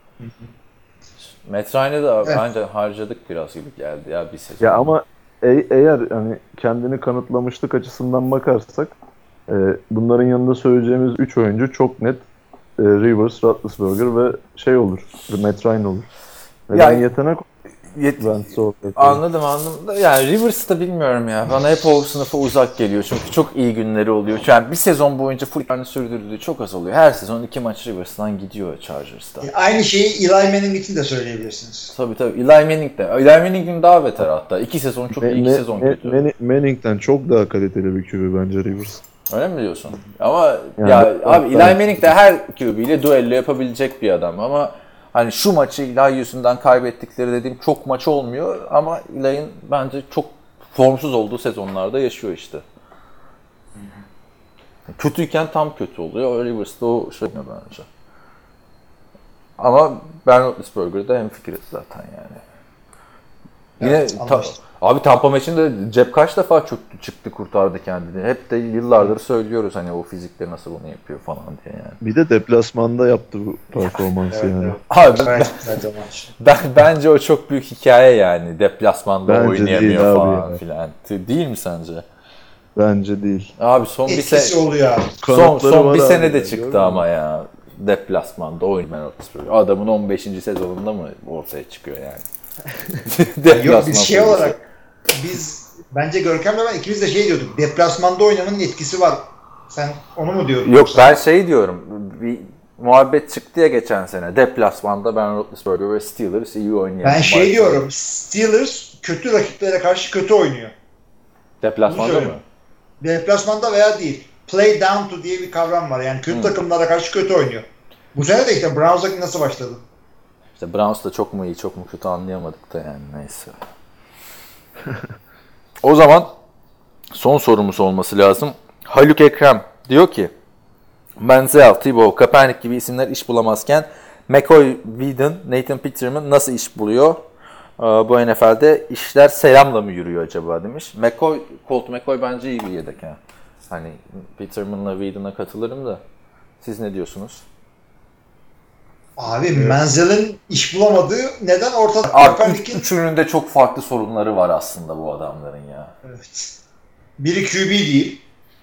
Matt Ryan'ı da Evet. bence harcadık biraz gibi geldi ya bir sezon. Ya ama e- eğer hani kendini kanıtlamışlık açısından bakarsak e, bunların yanında söyleyeceğimiz üç oyuncu çok net e, Rivers, Roethlisberger ve şey olur. Matt Ryan olur. Neden Yani- yetenek Yet- Wentz'e ortak. Anladım anladım da yani Rivers'ı da bilmiyorum ya. Bana hep o sınıfa uzak geliyor çünkü çok iyi günleri oluyor. Yani bir sezon boyunca full yani sürdürdüğü çok az oluyor. Her sezon iki maç Rivers'tan gidiyor Chargers'ta. E, aynı şeyi Eli Manning için de söyleyebilirsiniz. Tabii tabii. Eli Manning de. Eli Manning'in daha beter hatta. İki sezon çok iyi, iki Me- sezon Me- kötü. Manning- Manning'den çok daha kaliteli bir Q B bence Rivers. Öyle mi diyorsun? Ama Yani ya ben- abi Eli ben- Manning de her Q B ile duello yapabilecek bir adam ama hani şu maçı Eli yüzünden kaybettikleri dediğim çok maç olmuyor ama Eli'nin bence çok formsuz olduğu sezonlarda yaşıyor işte. Kötüyken tam kötü oluyor. Rivers'da o şey bence. Ama Ben Roethlisberger'da hemfikiriz zaten yani. Yine Evet, ta- anlaştık. abi Tampa maçında cep kaç defa çöktü, çıktı kurtardı kendini. Hep de yıllardır söylüyoruz hani o fizikle nasıl bunu yapıyor falan diye yani. Bir de deplasmanda yaptı bu performansı Evet, yani. evet. Abi ben, Evet, güzel maç. ben bence o çok büyük hikaye yani. Deplasmanda Bence oynayamıyor değil abi falan yani. filan. Değil mi sence? Bence değil. Abi son bir Etkisi sene oluyor abi. son, Kanatları son var bir abi sene de ya, çıktı gördün ama mü? ya. Deplasmanda oynayan adamın on beşinci sezonunda mı ortaya çıkıyor yani? Yok biz şey forması. olarak biz bence Görkem'le ben ikimiz de şey diyorduk. Deplasmanda oynamanın etkisi var. Sen onu mu diyordun? Yok ben şey diyorum. Bir muhabbet çıktı ya geçen sene. Deplasmanda Ben Roethlisberger ve Steelers iyi oynayan. Ben şey maçlar. diyorum. Steelers kötü rakiplere karşı kötü oynuyor. Deplasmanda Bunu mı? söylüyorum. Deplasmanda veya değil. Play down to diye bir kavram var. Yani kötü Hmm. takımlara karşı kötü oynuyor. Bu sene de işte Browns'daki nasıl başladı? İşte Browns da çok mu iyi çok mu kötü anlayamadık da yani neyse. O zaman son sorumuz olması lazım. Haluk Ekrem Diyor ki Manziel, Thibaut, Kaepernick gibi isimler iş bulamazken McCoy, Whedon, Nathan Peterman nasıl iş buluyor? Bu N F L'de işler selamla mı yürüyor acaba demiş. McCoy, Colt McCoy bence iyi bir yedek. Ha. Hani Peterman'la Whedon'a katılırım da. Siz ne diyorsunuz? Abi evet. Manziel'in iş bulamadığı neden ortada? Abi üç, üçünün de çok farklı sorunları var aslında bu adamların ya. Evet. Biri Q B değil.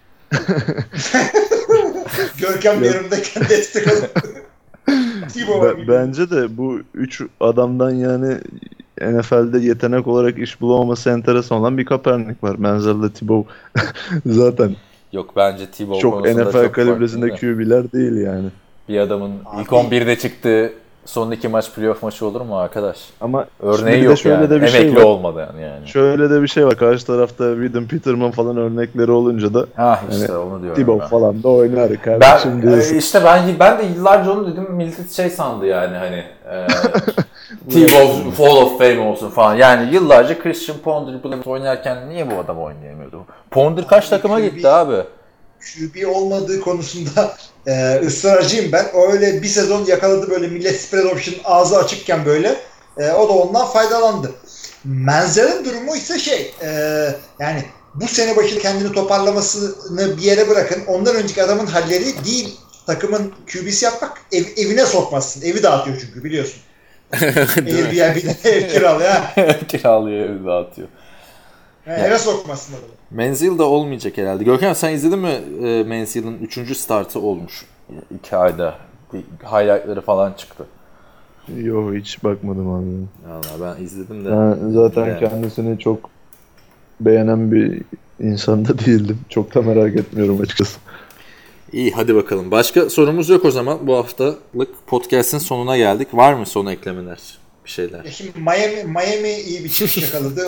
Görkem yanımdayken destek alıp B- bence de bu üç adamdan yani N F L'de yetenek olarak iş bulamaması enteresan olan bir Kaepernick var. Manziel'le Thibaut zaten. Yok bence Thibaut çok N F L kalibresinde Q B'ler değil yani. Bir adamın Abi. ilk on birde çıktığı son iki maç playoff maçı olur mu arkadaş? Ama örneği yok şöyle yani. De bir Emekli şey olmadı yani, yani. Şöyle de bir şey var. Karşı tarafta Whedon, Peterman falan örnekleri olunca da ha işte yani, onu diyorum. Thibaut falan da oynar kardeşim. Ben, işte ben ben de yıllarca onu dedim. Millet şey sandı yani hani e, Thibaut Fall of Fame olsun falan. Yani yıllarca Christian Ponder oynarken niye bu adam oynayamıyordu? Ponder kaç takıma gitti abi? Q B olmadığı konusunda e, ısrarcıyım ben. O öyle bir sezon yakaladı böyle millet spread option ağzı açıkken böyle. E, o da ondan faydalandı. Manziel'in durumu ise şey e, yani bu sene başında kendini toparlamasını bir yere bırakın. Ondan önceki adamın halleri değil takımın Q B'si yapmak. Ev, evine sokmazsın. Evi dağıtıyor çünkü biliyorsun. Airbnb'de ev kiralıyor. Ev kiralıyor, evi dağıtıyor. Yani yani. Eve sokmasın adamı. Manziel de olmayacak herhalde. Görkem sen izledin mi e, Manziel'in üçüncü startı olmuş iki ayda. Bir highlightları falan çıktı. Yok hiç bakmadım abi. Vallahi ben izledim de. Ben zaten yani. Kendisini çok beğenen bir insan da değildim. Çok da merak etmiyorum açıkçası. İyi hadi bakalım. Başka sorumuz yok o zaman. Bu haftalık podcast'in sonuna geldik. Var mı son eklemeler? Bir şeyler. Ya şimdi Miami, Miami iyi bir çıkış yakaladı.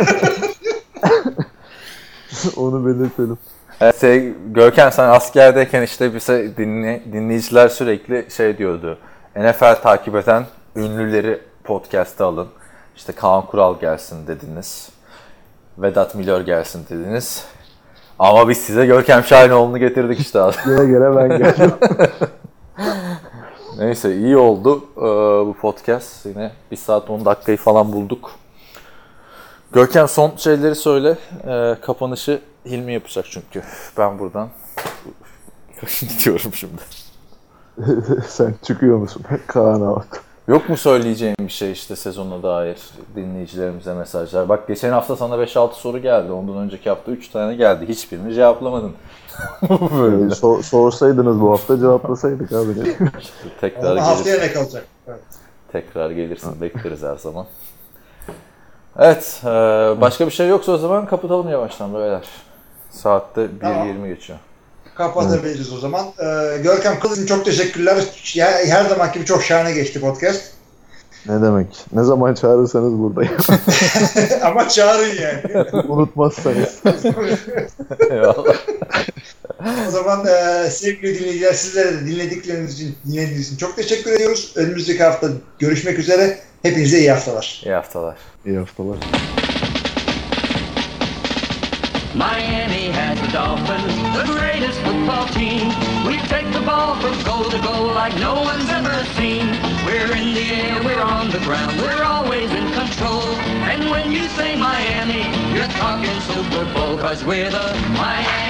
Onu belirtelim. Evet, şey, Görkem sen askerdeyken işte bize dinle, dinleyiciler sürekli şey diyordu. N F L takip eden ünlüleri podcast'a alın. İşte Kaan Kural gelsin dediniz. Vedat Milor gelsin dediniz. Ama biz size Görkem Şahinoğlu'nu getirdik işte. Gene gene ben geldim. Neyse iyi oldu ee, bu podcast. Yine bir saat on dakikayı falan bulduk. Görkem son şeyleri söyle. Ee, kapanışı Hilmi yapacak çünkü. Ben buradan gidiyorum şimdi. Sen çıkıyor musun? Kaan'a bak. Yok mu söyleyeceğim bir şey işte sezona dair dinleyicilerimize mesajlar? Bak geçen hafta sana beş altı soru geldi. Ondan önceki hafta üç tane geldi. Hiçbirini cevaplamadın. Böyle. Sor, sorsaydınız bu hafta cevaplasaydık abi. İşte tekrar haftaya ne kalacak? Evet. Tekrar gelirsin. Bekleriz her zaman. Evet. E, başka bir şey yoksa o zaman kapatalım yavaştan beyler. Saatte bir tamam. yirmi geçiyor. Kapatabiliriz o zaman. Ee, Görkem Kılıç'ın çok teşekkürler. Ya, her zamanki gibi çok şahane geçti podcast. Ne demek? Ne zaman çağırırsanız buradayım. Ama çağırın yani. Unutmazsanız. Eyvallah. O zaman e, sevgili dinleyiciler sizlere de dinledikleriniz için, dinlediğiniz için çok teşekkür ediyoruz. Önümüzdeki hafta görüşmek üzere. Hepinize iyi haftalar. İyi haftalar. İyi haftalar. Miami has the Dolphins, the greatest football team. We take the ball from goal to goal like no one's ever seen. We're in the air, we're on the ground, we're always in control. And when you say Miami, you're talking Super Bowl, 'cause we're the Miami